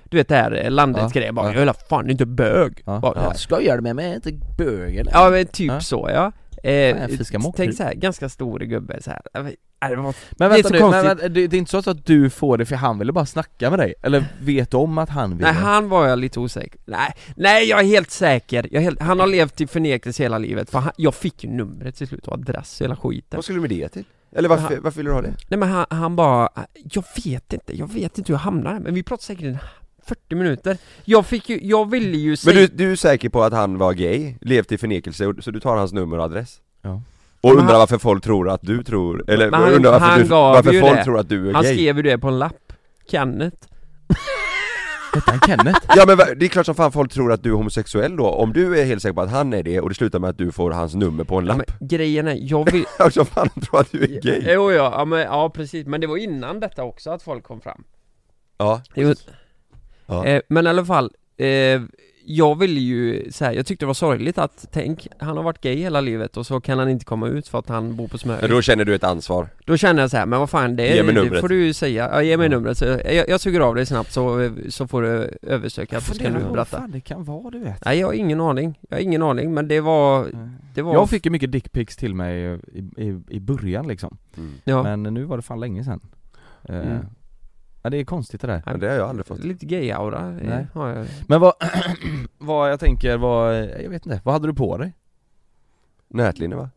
Du vet det här landets Ja, grej bara, ja. jag är fan inte bög. Ja. Bara, Ja. Skojar du med mig? Inte bög eller? Ja men typ Ja. så ja. Eh, Fan, jag fiskar mock. tänk så här, ganska stor gubbe så här. Äh, det var, Men det är vänta så nu, konstigt. men, men, det, det är inte så att du får det för han ville bara snacka med dig? Eller vet du om att han vill? Nej, han var jag lite osäker. Nej, nej jag är helt säker. Jag är helt, han har levt i förnekelse hela livet. För han, jag fick ju numret till slut och adress och hela skiten. Vad skulle du med det till? Eller varför, Han- varför vill du ha det? Nej men han, han bara, jag vet inte, jag vet inte hur jag hamnar här. Men vi pratade säkert i fyrtio minuter. Jag fick ju, jag ville ju Men säga... du, du är säker på att han var gay, levt i förnekelse, och- så du tar hans nummer och adress? Ja. Och Men undrar han- varför folk tror att du tror, eller Men han- undrar varför, han du, gav varför ju folk det. tror att du är Han gay? skrev ju det på en lapp. Kenneth. Hette han Kenneth? Ja men va- det är klart som fan folk tror att du är homosexuell då. Om du är helt säker på att han är det och det slutar med att du får hans nummer på en Ja, lapp. men grejen är, jag vill... Ja, som fan tror att du är gay. Jo, ja, ja, men, ja precis, men det var innan detta också att folk kom fram. Ja. Jo, Ja. eh, men i alla fall, eh, jag ville ju så här, jag tyckte det var sorgligt att, tänk, han har varit gay hela livet och så kan han inte komma ut för att han bor på Smögen. Men då känner du ett ansvar. Då känner jag så här, men vad fan, det, Ge mig det numret. får du ju säga. Ja, ge mig numret, så jag, jag suger av dig snabbt så, så får du översöka, så ska du Vad berätta. fan det kan vara, du vet. Nej, jag har ingen aning, jag har ingen aning, men det var, det var... Jag fick ju mycket dickpics till mig i, i, i början liksom. Mm. ja, Men nu var det fan länge sedan. Eh, Mm. Ja, det är konstigt det där. Men det har jag aldrig fått. lite gay-aura eh, Nej. har jag. Men vad, vad jag tänker, vad, jag vet inte, vad hade du på dig? Nätlinne va?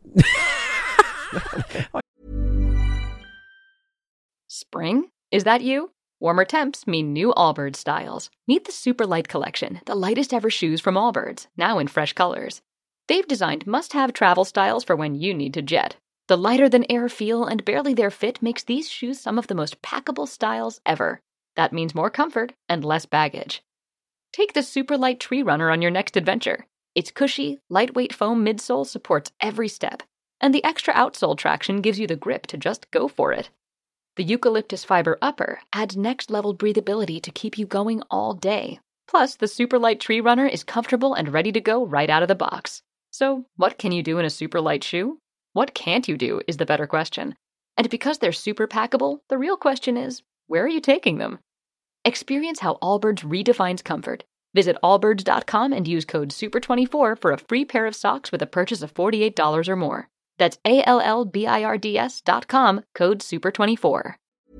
Spring? Is that you? Warmer temps mean new Allbirds styles. Meet the Superlight Collection, the lightest ever shoes from Allbirds, now in fresh colors. They've designed must-have travel styles for when you need to jet. The lighter-than-air feel and barely-there fit makes these shoes some of the most packable styles ever. That means more comfort and less baggage. Take the Superlight Tree Runner on your next adventure. Its cushy, lightweight foam midsole supports every step, and the extra outsole traction gives you the grip to just go for it. The eucalyptus fiber upper adds next-level breathability to keep you going all day. Plus, the Superlight Tree Runner is comfortable and ready to go right out of the box. So, what can you do in a Superlight shoe? What can't you do is the better question. And because they're super packable, the real question is, where are you taking them? Experience how Allbirds redefines comfort. Visit allbirds dot com and use code super twenty-four for a free pair of socks with a purchase of forty-eight dollars or more. That's A L L B I R D S dot com, code super twenty-four.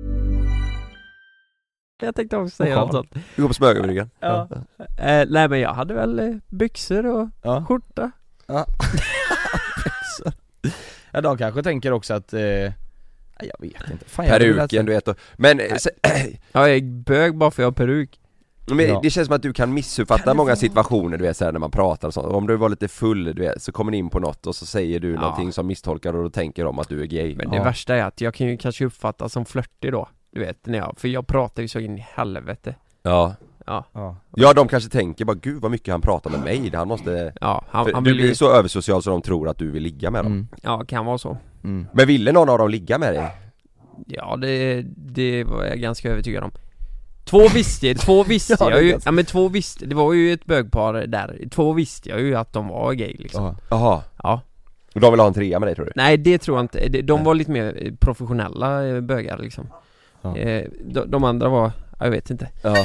Jag tänkte också säga Jaha. något sånt. Du går på Smögenbryggan. Ja. Eh, nej men jag hade väl eh, byxor och Ja. skjorta. Ja. Ja, de kanske tänker också att, eh, jag vet inte. Fan, jag vill Peruken du vet och, men, eh, se, Ja, jag är bög bara för jag har peruk. men Ja. det känns som att du kan missuppfatta Kan det många vara- situationer du vet så här, när man pratar och sånt. Om du var lite full du vet, så kommer ni in på något och så säger du Ja. någonting som misstolkar och då tänker de att du är gay. Men det Ja. värsta är att jag kan ju kanske uppfattas som flörtig då. Du vet, när jag, för jag pratar ju så in i helvete. Ja. Ja, Ja. Ja, de kanske tänker bara gud vad mycket han pratar med mig. Han måste, ja han, för han du vill blir ju, så översocial så de tror att du vill ligga med dem. Mm. ja, kan vara så. Mm. Men ville någon av dem ligga med dig? Ja, det, det var jag ganska övertygad om. Två visste, två visste Ja, det är jag ju, ganska- ja men två visste, det var ju ett bögpar där. Två visste jag ju att de var gay liksom. Ja. Jaha. Ja. Och de vill ha en trea med dig tror du? Nej, det tror jag inte. De- De var lite mer professionella eh, bögar liksom. Ja. Eh, de, de andra var, jag vet inte. Ja.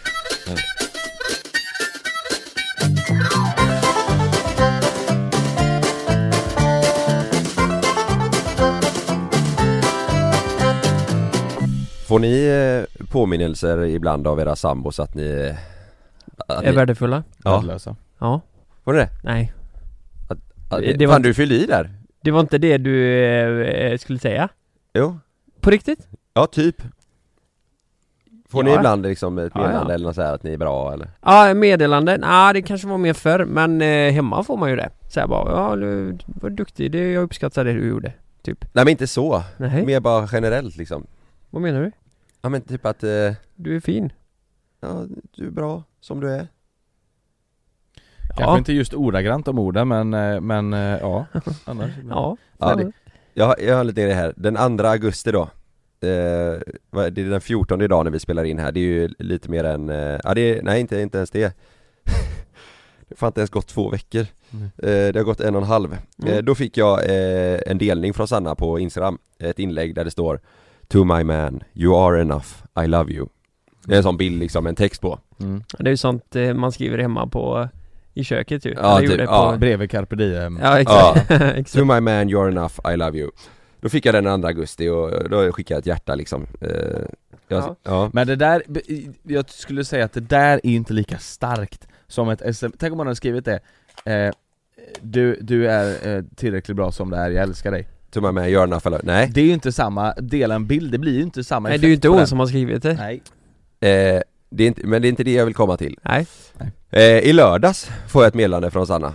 Får ni eh, påminnelser ibland av era sambos att ni... Att Är ni värdefulla? Ja. Värdelösa. Ja. Får ni det? Nej. Att, Det det var fan inte- du fyllde i där? Det var inte det du eh, skulle säga? Jo. På riktigt? Ja, typ. Får ni Ja. ibland liksom ett Ja, meddelande ja. eller något så här att ni är bra eller? Ja, meddelande. Nej, det kanske var mer förr. Men eh, hemma får man ju det. Så jag bara, ja du var duktig. Det, jag uppskattar det du gjorde. Typ. Nej men inte så. Nej. Mer bara generellt liksom. Vad menar du? Ja men typ att, eh, Du är fin. ja du är bra som du är. Kanske Ja. inte just ordagrant om orden, men, eh, men eh, ja, annars. Ja. Ja, det, jag, har- jag har lite grej här. Den andra augusti då. Eh, vad- det är den fjortonde idag när vi spelar in här. Det är ju lite mer än, eh, ja det är, nej inte, inte ens det. Det har inte ens gått två veckor. Mm. Eh, det har gått en och en halv. Mm. Eh, då fick jag eh, en delning från Sanna på Instagram. Ett inlägg där det står: To my man, you are enough, I love you. Det är en sån bild liksom, en text på. Mm. Det är ju sånt eh, man skriver hemma på i köket ju. Ja, typ, typ, på... ja. Bredvid Carpe Diem. Ja, exakt. Ja. exakt. To my man, you're enough, I love you. Då fick jag den andra augusti och då skickade jag ett hjärta liksom. Eh, jag, Ja. ja. Men det där, jag skulle säga att det där är inte lika starkt som ett S M S. Tänk om man hade skrivit det. Eh, du, du är eh, tillräckligt bra som det är, jag älskar dig. To my man, you're enough, I love you. Nej. Det är ju inte samma, dela en bild, det blir ju inte samma Nej, effekt det är ju inte på hon den. som har skrivit det. Nej. Eh, det är inte, men det är inte det jag vill komma till. Nej. Eh, I lördags får jag ett meddelande från Sanna.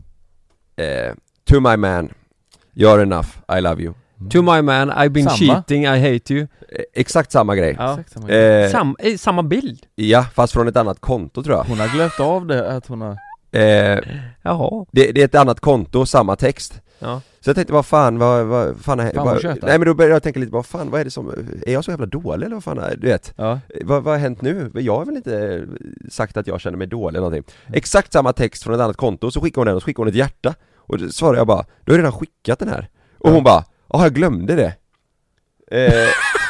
Eh, to my man, you're enough, I love you. To my man, I've been Samma. cheating, I hate you. Eh, exakt samma grej. Ja. Exakt samma grej. Eh, Sam, eh, samma bild. ja, fast från ett annat konto tror jag. Hon har glömt av det, att hon har... Eh, Jaha. det, det är ett annat konto, samma text. Ja. Så jag tänkte, vad fan, vad, vad fan är, Fan, vad, vad tjötar. nej men då började jag tänka lite, vad fan, vad är det som, är jag så jävla dålig eller vad fan är, du vet? Ja. Vad, vad har hänt nu? Jag har väl inte sagt att jag känner mig dålig eller någonting. Exakt samma text från ett annat konto, så skickade hon den och så skickade hon ett hjärta. Och då svarade jag bara, du har redan skickat den här. Och Ja. hon bara, ja jag glömde det. Eh,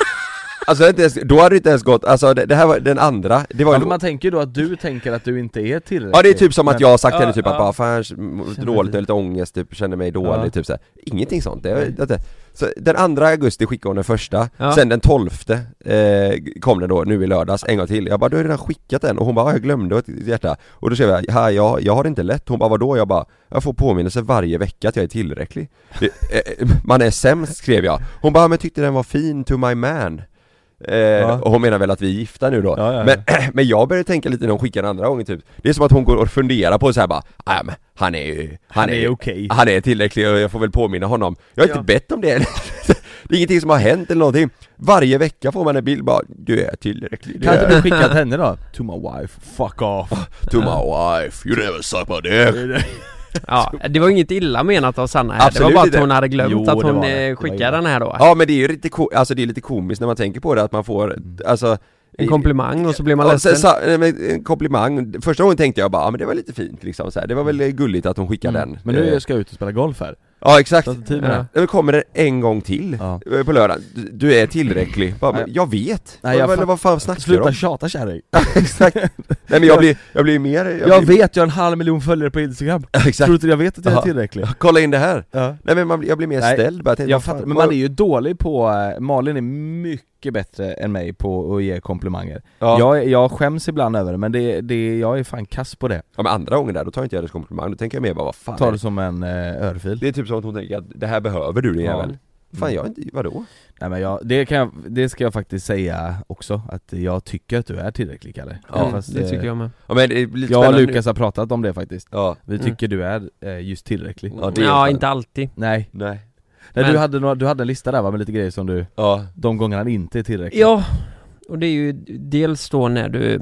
alltså inte ens, då hade det inte ens gått, alltså det, det här var den andra, det var Ja, ju men man tänker ju då att du tänker att du inte är tillräcklig. ja det är typ som att Men- jag har sagt Ja, henne typ ja. att bara fan, mår Känner dåligt, mig- lite ångest, typ, känner mig dålig, Ja. typ så här. Ingenting sånt, det, det, det. Så den andra augusti skickade hon den första, Ja. sen den tolfte eh, kom den då, nu i lördags, en gång till. Jag bara, du har redan skickat den, och hon bara, ja, jag glömde ett hjärta. Och då skrev jag, ja, jag, jag har det inte lätt. Hon bara, vadå? Jag bara, jag får påminnelse varje vecka att jag är tillräcklig. Det, eh, man är sämst, skrev jag. Hon bara, men tyckte den var fin, to my man. Eh, Ja. Och hon menar väl att vi är gifta nu då. Ja, ja, ja. Men, men jag började tänka lite när hon skickade den andra gången typ. Det är som att hon går och funderar på så här bara, nej men han är ju, han, Han är är, okej. han är tillräcklig och jag får väl påminna honom. Jag har Ja. inte bett om det. Det är ingenting som har hänt eller någonting. Varje vecka får man en bild bara, du är tillräcklig. Du Kan inte är, du skicka till henne då? To my wife, fuck off. to my wife, you never suck my dick. Ja, det var inget illa menat av Sanna här. Absolut det var bara inte. att hon hade glömt Jo, att det hon var det. eh, Det var skickade illa. den här då. Ja men det är ju lite, ko- alltså det är lite komiskt när man tänker på det, att man får, alltså En komplimang och så blir man ja, ledsen. sen, sa, nej, men en komplimang. Första gången tänkte jag bara, ja men det var lite fint liksom så här. Det var väl gulligt att hon skickade Mm. den. Men nu Eh, ska jag ut och spela golf här. Ja exakt. Så att tid med Ja. det. Nu kommer det en gång till Ja. eh, på lördag. Du, du är tillräcklig. Bara, Nej. men jag vet. Nej, jag vad, fa- vad fan snackar du Sluta om? tjata kärring. Exakt. Nej men jag blir, jag blir mer... Jag, Jag blir, vet, jag har en halv miljon följare på Instagram. Exakt. Tror du inte jag vet att jag är Jaha. tillräcklig? Kolla in det här. Ja. Nej men man, blir- jag blir mer Nej, ställd. Bara, tänkte, Jag vad fan, fattar, men vad- man är ju dålig på, eh, Malin är mycket bättre än mig på att ge komplimanger. Ja. Jag, jag skäms ibland över det, men det, det, jag är fan kass på det. Ja men andra gången där, då tar inte jag det som komplimang. Då tänker jag mer bara, vad fan Tar är det som en eh, örfil. det är typ som att hon tänker att det här behöver du din Ja. jävel. Fan jag är inte, vadå? Nej men jag, det, kan jag, det ska jag faktiskt säga också, att jag tycker att du är tillräcklig, Kalle. Ja, Fast, Det eh, tycker jag med. Ja men det är lite Jag och spännande. Lukas har pratat om det faktiskt. Ja. Vi Mm. tycker du är eh, just tillräcklig. Ja, det är Ja, fan- inte alltid. Nej. Nej. Nej, Men- du, hade några, du hade en lista där va, med lite grejer som du, Ja. de gångerna han inte är tillräcklig. Ja, och det är ju dels då när du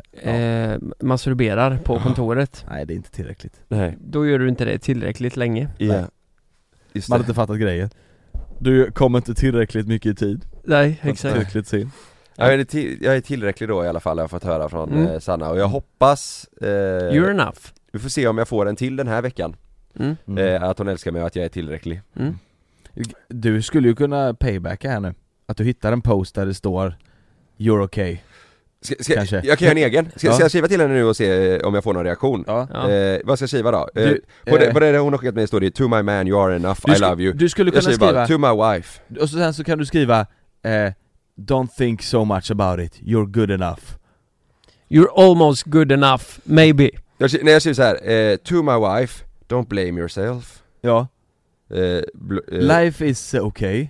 eh, masturberar på kontoret. Nej, det är inte tillräckligt. Nej. Då gör du inte det tillräckligt länge. Ja. Just Man har det. inte fattat grejen. Du kommer inte tillräckligt mycket i tid. Nej, exakt. Tillräckligt sen. Ja, jag, är till, jag är tillräcklig då i alla fall, har jag fått höra från Mm. eh, Sanna. Och jag hoppas eh, You're enough. vi får se om jag får en till den här veckan. Mm. Mm. eh, Att hon älskar mig och att jag är tillräcklig. Mm. Du skulle ju kunna paybacka här nu. Att du hittar en post där det står You're okay. Ska, ska, Kanske. jag kan göra en egen. Ska, Ja. ska jag skriva till henne nu och se eh, om jag får någon reaktion? Ja. Ja. Eh, vad ska jag skriva då? Eh, Du, på, det, eh, på det hon har skickat mig står det To my man, you are enough, Du I sk- love you. du skulle Jag kunna skriver bara, skriva- To my wife. Och så sen så kan du skriva eh, Don't think so much about it, you're good enough. You're almost good enough, maybe. Jag, skri- nej jag skriver så här, eh, To my wife, don't blame yourself. Ja. eh, bl- eh, Life is uh, okay.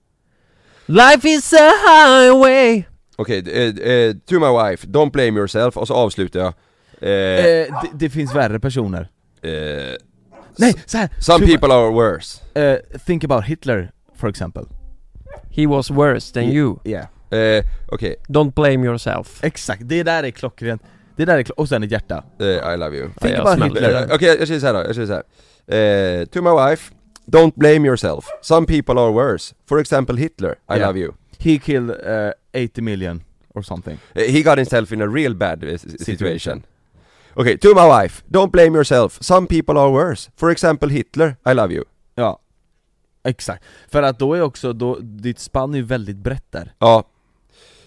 Life is a highway. Okej, eh, eh, To my wife, don't blame yourself. Och så avslutar jag eh, Eh, det, det finns värre personer. eh, Nej, så här. Some To my- people are worse. Eh, think about Hitler, for example. He was worse than you. Yeah. eh, Okej, Don't blame yourself. Exakt, det där är klockrent. Det där är klo- och sen ett hjärta. eh, I love you. Think jag about smäller Hitler. Eh, Okej, jag säger så här då, jag säger så här. Eh, To my wife, don't blame yourself. Some people are worse. For example Hitler, I Yeah. love you. He killed uh, eighty million or something. Eh, He got himself in a real bad eh, s- situation. Okej, to my wife, don't blame yourself. Some people are worse. For example Hitler, I love you. Ja. Exakt. För att då är också, då, ditt spann är ju väldigt brett där. Ja.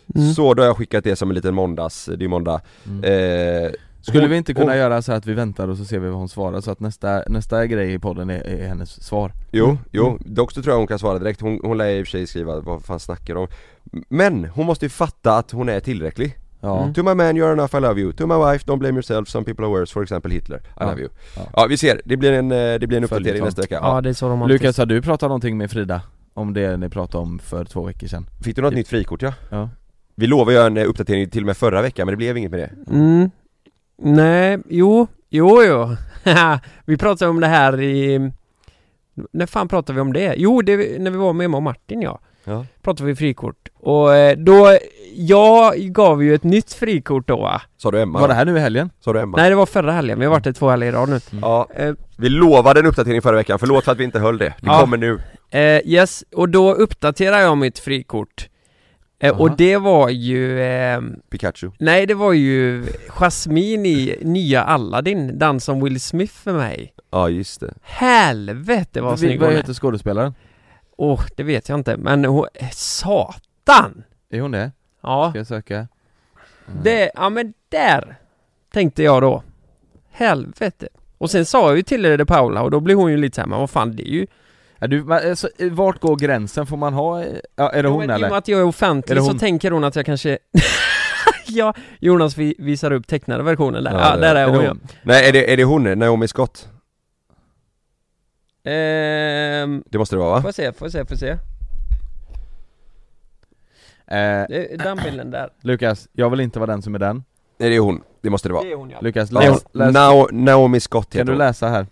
Mm. Så då har jag skickat det som en liten måndags, det är måndag. Mm. Eh, Skulle hon, vi inte kunna hon, göra så att vi väntar och så ser vi vad hon svarar, så att nästa, nästa grej i podden är, är hennes svar? Jo, mm. jo, dock så tror jag hon kan svara direkt. Hon, hon lär i och för sig skriva vad fan snackar om. Men hon måste ju fatta att hon är tillräcklig. Ja. Mm. To my man, you're enough, I love you. To my wife, don't blame yourself, some people are worse, for example Hitler, I ja. love you. Ja. Ja, vi ser, det blir en, det blir en uppdatering nästa vecka. Ja, Ja. det är så romantiskt. Lukas, har du pratat någonting med Frida om det ni pratade om för två veckor sedan? Fick du något nytt frikort, ja? Ja. Vi lovade ju en uppdatering till och med förra veckan, men det blev inget med det. Mm. Nej, jo, jo, jo. Vi pratade om det här i... När fan pratade vi om det? Jo, det, när vi var med Emma och Martin, ja. Ja. Pratade vi frikort. Och eh, då, jag gav ju ett nytt frikort då, va? Sa du Emma? Var det här nu i helgen? Sa du Emma? Nej, det var förra helgen. Vi har varit i två helger i rad nu. Mm. Ja, Eh, vi lovade en uppdatering förra veckan, förlåt för att vi inte höll det. Det Ja. kommer nu. eh, yes, och då uppdaterade jag mitt frikort. Eh, och Aha. det var ju... Eh, Pikachu. nej, det var ju Jasmine i nya Aladdin. Den som Will Smith för mig. Ja, just det. Helvete vad Vi- snygg Vad hon är. heter skådespelaren? Åh, oh, det vet jag inte. Men hon... Satan! Är hon det? Ja, Ska jag söka? Mm. det... Ja, men där tänkte jag då. Helvete. Och sen sa jag ju till det Paula och då blev hon ju lite så här, men vad fan, det är ju... Ja, du, men, alltså, vart går gränsen? Får man ha... Ja, är det Jo, hon men i och eller? med att jag är offentlig Är det så hon? tänker hon att jag kanske... ja, Jonas vi, visar upp tecknade versionen där. Ja, Ja, ja. där är hon, det ja. hon? Nej, är det, är det hon? Naomi Scott? Ehm... Det måste det vara, va? Får jag se, får jag se, får jag se. Eh, Det är den bilden där. Lukas, jag vill inte vara den som är den. Nej, det är hon. Det måste det vara. Det är hon, ja. Lukas, Ja, läs, läs, Nao, Naomi Scott heter kan du hon. läsa här?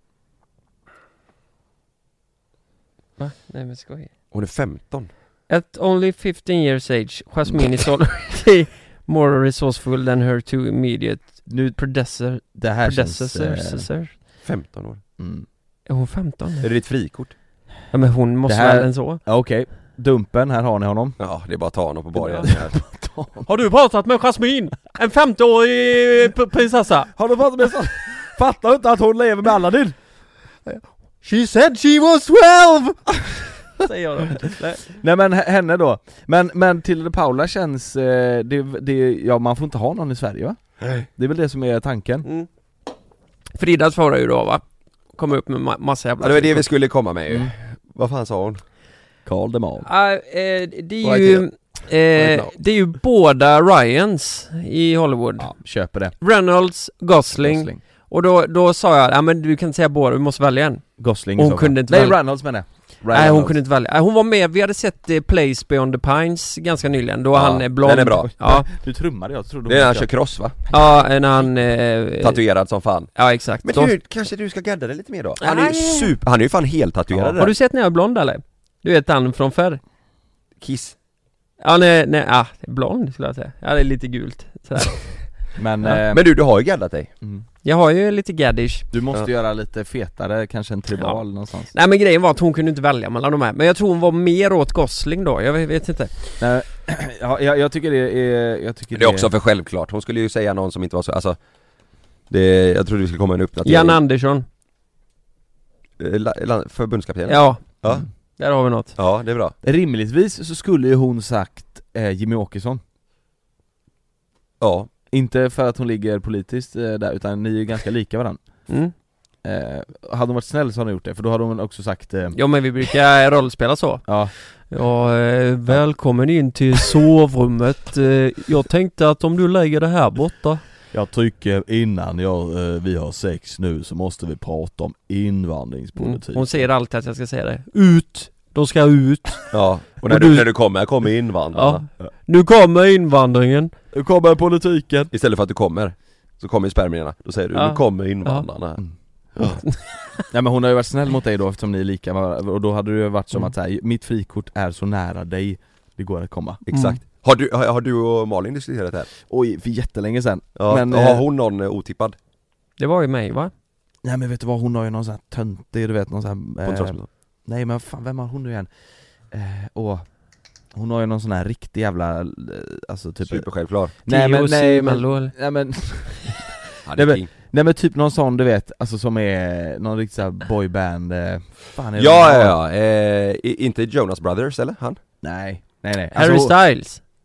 Va? Nej men skoj. Hon är femton. At only fifteen years age, Jasmine is already more resourceful than her two immediate Nu, predecessor, det här känns... predecessors. Eh, Eh, femton år. mm. Är hon femton Är nu? det ditt frikort? Ja men hon måste Det här- väl en så. Ja, okej, Dumpen, här har ni honom. Ja, det är bara att ta honom på bar Ja. här. Har du pratat med Jasmine? En femtioårig p- prinsessa? Har du pratat med så? Fattar du inte att hon lever med Aladdin? She said she was twelve! Säger jag då. Nej. Nej men h- henne då. Men, men till Paula känns, eh, det, det, ja man får inte ha någon i Sverige, va? Nej. Det är väl det som är tanken. Mm. Frida svarar ju då, va? Kommer upp med ma- massa jävla... Ja, det var det vi skulle komma med ju. Mm. Vad fan sa hon? Karl de Mal. Ah, eh, det är Vad ju... heter Eh, now? det är ju båda Ryans i Hollywood. Ja, köper det. Reynolds, Gosling. Gosling. Och då, då sa jag, ja men du kan inte säga båda, du måste välja en. Gosling Hon i så fall. kunde inte Nej, välja. Reynolds menar jag. Nej, hon Reynolds. kunde inte välja. Nej, hon var med, vi hade sett eh, Place Beyond the Pines ganska nyligen, då Ja, han är blond. den är bra. Ja, Du trummade, jag trodde Det är när han kör. kör cross, va? ja när han... Eh, Tatuerad som fan. Ja, exakt. Men Då- du, kanske du ska gadda dig lite mer då? Han är ju Nej. super, han är ju fan helt tatuerad Ja. där. Har du sett när jag är blond eller? Du vet han från förr? Kiss? Ja, nej, nej, ah, blond skulle jag säga. Ja, det är lite gult. Sådär. Men, Ja. eh, Men du, du har ju gaddat dig. mm. Jag har ju lite gaddish. Du måste Ja. göra lite fetare, kanske en tribal Ja. någonstans. Nej men grejen var att hon kunde inte välja mellan de här. Men jag tror hon var mer åt Gosling då, jag vet, vet inte. Nej, ja, jag, jag tycker det är... Jag tycker Det är också för självklart. Hon skulle ju säga någon som inte var så, alltså det, jag trodde det skulle komma en uppdatering. Jan Andersson. Eh, la- la- Förbundskapten? Ja, Ja. där har vi något. Ja, det är bra. Rimligtvis så skulle ju hon sagt eh, Jimmy Åkesson. Ja. Inte för att hon ligger politiskt eh, där, utan ni är ju ganska lika varandra. Mm. Eh, hade hon varit snäll så hade hon gjort det, för då hade hon också sagt eh, Ja men vi brukar rollspela så. ja, Ja, eh, välkommen in till sovrummet. Eh, jag tänkte att om du lägger det här borta. jag tycker innan jag, eh, vi har sex nu så måste vi prata om Mm. invandringspolitik. Hon säger alltid att jag ska säga det. Ut! De ska ut! Ja, och när, Och du, du- när du kommer, här kommer invandrarna. Ja. Nu kommer invandringen. Nu kommer politiken. Istället för att du kommer, så kommer spermierna. Då säger du, Ja. nu kommer invandrarna. Mm. Ja. Nej men hon har ju varit snäll mot dig då eftersom ni är lika, och då hade det ju varit som Mm. att så här, mitt frikort är så nära dig det går att komma. Exakt. Mm. Har, du, har, har du och Malin diskuterat det här? Oj, för jättelänge sedan. Ja. Men, och har eh, hon någon eh, otippad? Det var ju mig va? Nej men vet du vad, hon har ju någon sån här töntig, du vet någon sån här, eh, Eh, nej men fan, vem har hon nu igen? Eh, åh, hon har ju någon sån här riktig jävla, eh, alltså typ Supersjälvklar. Nej men, T O C nej men, Mello, eller? nej men, Han Nej, är men- king. nej men typ någon sån du vet, alltså som är någon riktig såhär boyband, eh, fan är det Ja, de ja, har? ja. Eh, i- inte Jonas Brothers, eller? Han? Nej, nej nej. Harry Alltså, Styles.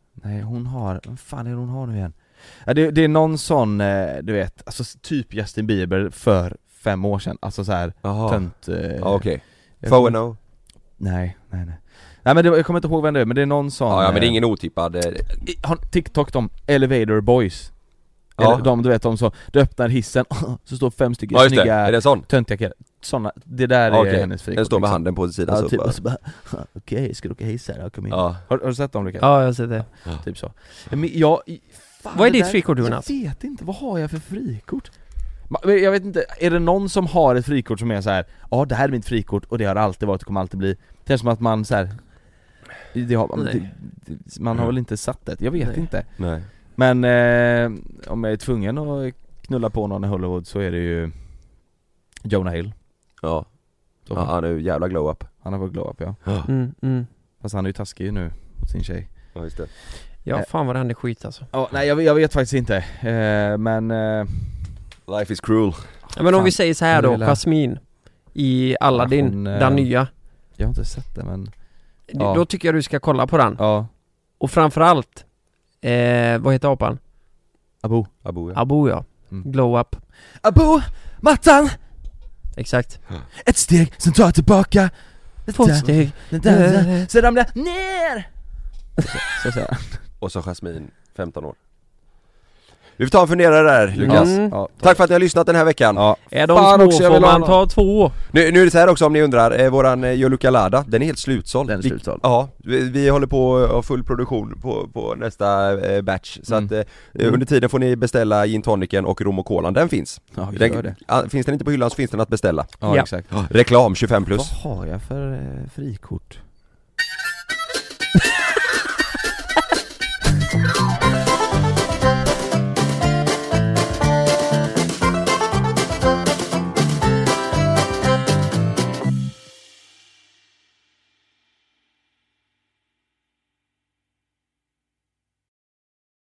Nej, hon har, vad fan är det hon har nu igen? Ja, det, det är någon sån, eh, du vet, alltså typ Justin Bieber för fem år sedan. Alltså så här tönt. Eh, ja, okej. Okay. Fono? Nej, nej, nej. Nej men det, jag kommer inte ihåg vem det är, men det är någon sån. Ja, ja men det är ingen otippad. Eh... Har TikTok de Elevator Boys. Ja. Eller de, du vet, de så, du öppnar hissen så står fem stycken ja, snygga, är det sån? Töntiga killar. Såna, det där är okay. hennes frikort. Den står med liksom. handen på sidan ja, så typ, bara. bara okej, okay, ska du åka hiss här? Ja, kom in. Ja. Har, har du sett dem, Rickard? Ja, jag har sett det. Ja. Typ så. Men jag, fan, vad är ditt där, frikort, Jonas? Jag vet inte, vad har jag för frikort? Jag vet inte, är det någon som har ett frikort som är så här: ja, det här är mitt frikort och det har alltid varit och kommer alltid bli. Det är som att man så här, det har, det, det, man har väl inte satt det, jag vet Nej. inte. Nej. Men eh, om jag är tvungen att knulla på någon i Hollywood så är det ju Jonah Hill. Ja, så, ja han är ju jävla glow-up. Han har varit glow-up, ja. Ja. Mm, mm. Fast han är ju taskig nu mot sin tjej. Ja, just det. Ja, fan vad det händer skit alltså. Ja, nej jag, jag vet faktiskt inte, eh, men eh, life is cruel. Ja, men om vi säger så här då, Jasmine i Aladdin, ja, hon, den nya. Jag har inte sett det, men ja. Då tycker jag du ska kolla på den. Ja. Och framförallt eh, vad heter apan? Abu. Abu, ja. Abu, ja. Mm. Glow up. Abu, mattan. Exakt. Ett steg, sen tar jag tillbaka. Två steg. Så ramlar ner. Så säger jag. Och så Jasmine, femton år. Vi får ta en funderare där, Lukas. Mm. Ja, tack för att ni har lyssnat den här veckan. Ja. Är de Fan små också, får man ta två. Nu, nu är det så här också, om ni undrar, eh, våran eh, Joluka Lada, den är helt slutsåld. Den är slutsåld. Vi, ja, vi, vi håller på att ha full produktion på, på nästa eh, batch. Så mm. att eh, mm. under tiden får ni beställa gin tonicen och rom och kolan, den finns. Ja, den, gör det. a, finns den inte på hyllan så finns den att beställa. Ja, ja. exakt. Reklam tjugofem plus. Vad har jag för eh, frikort?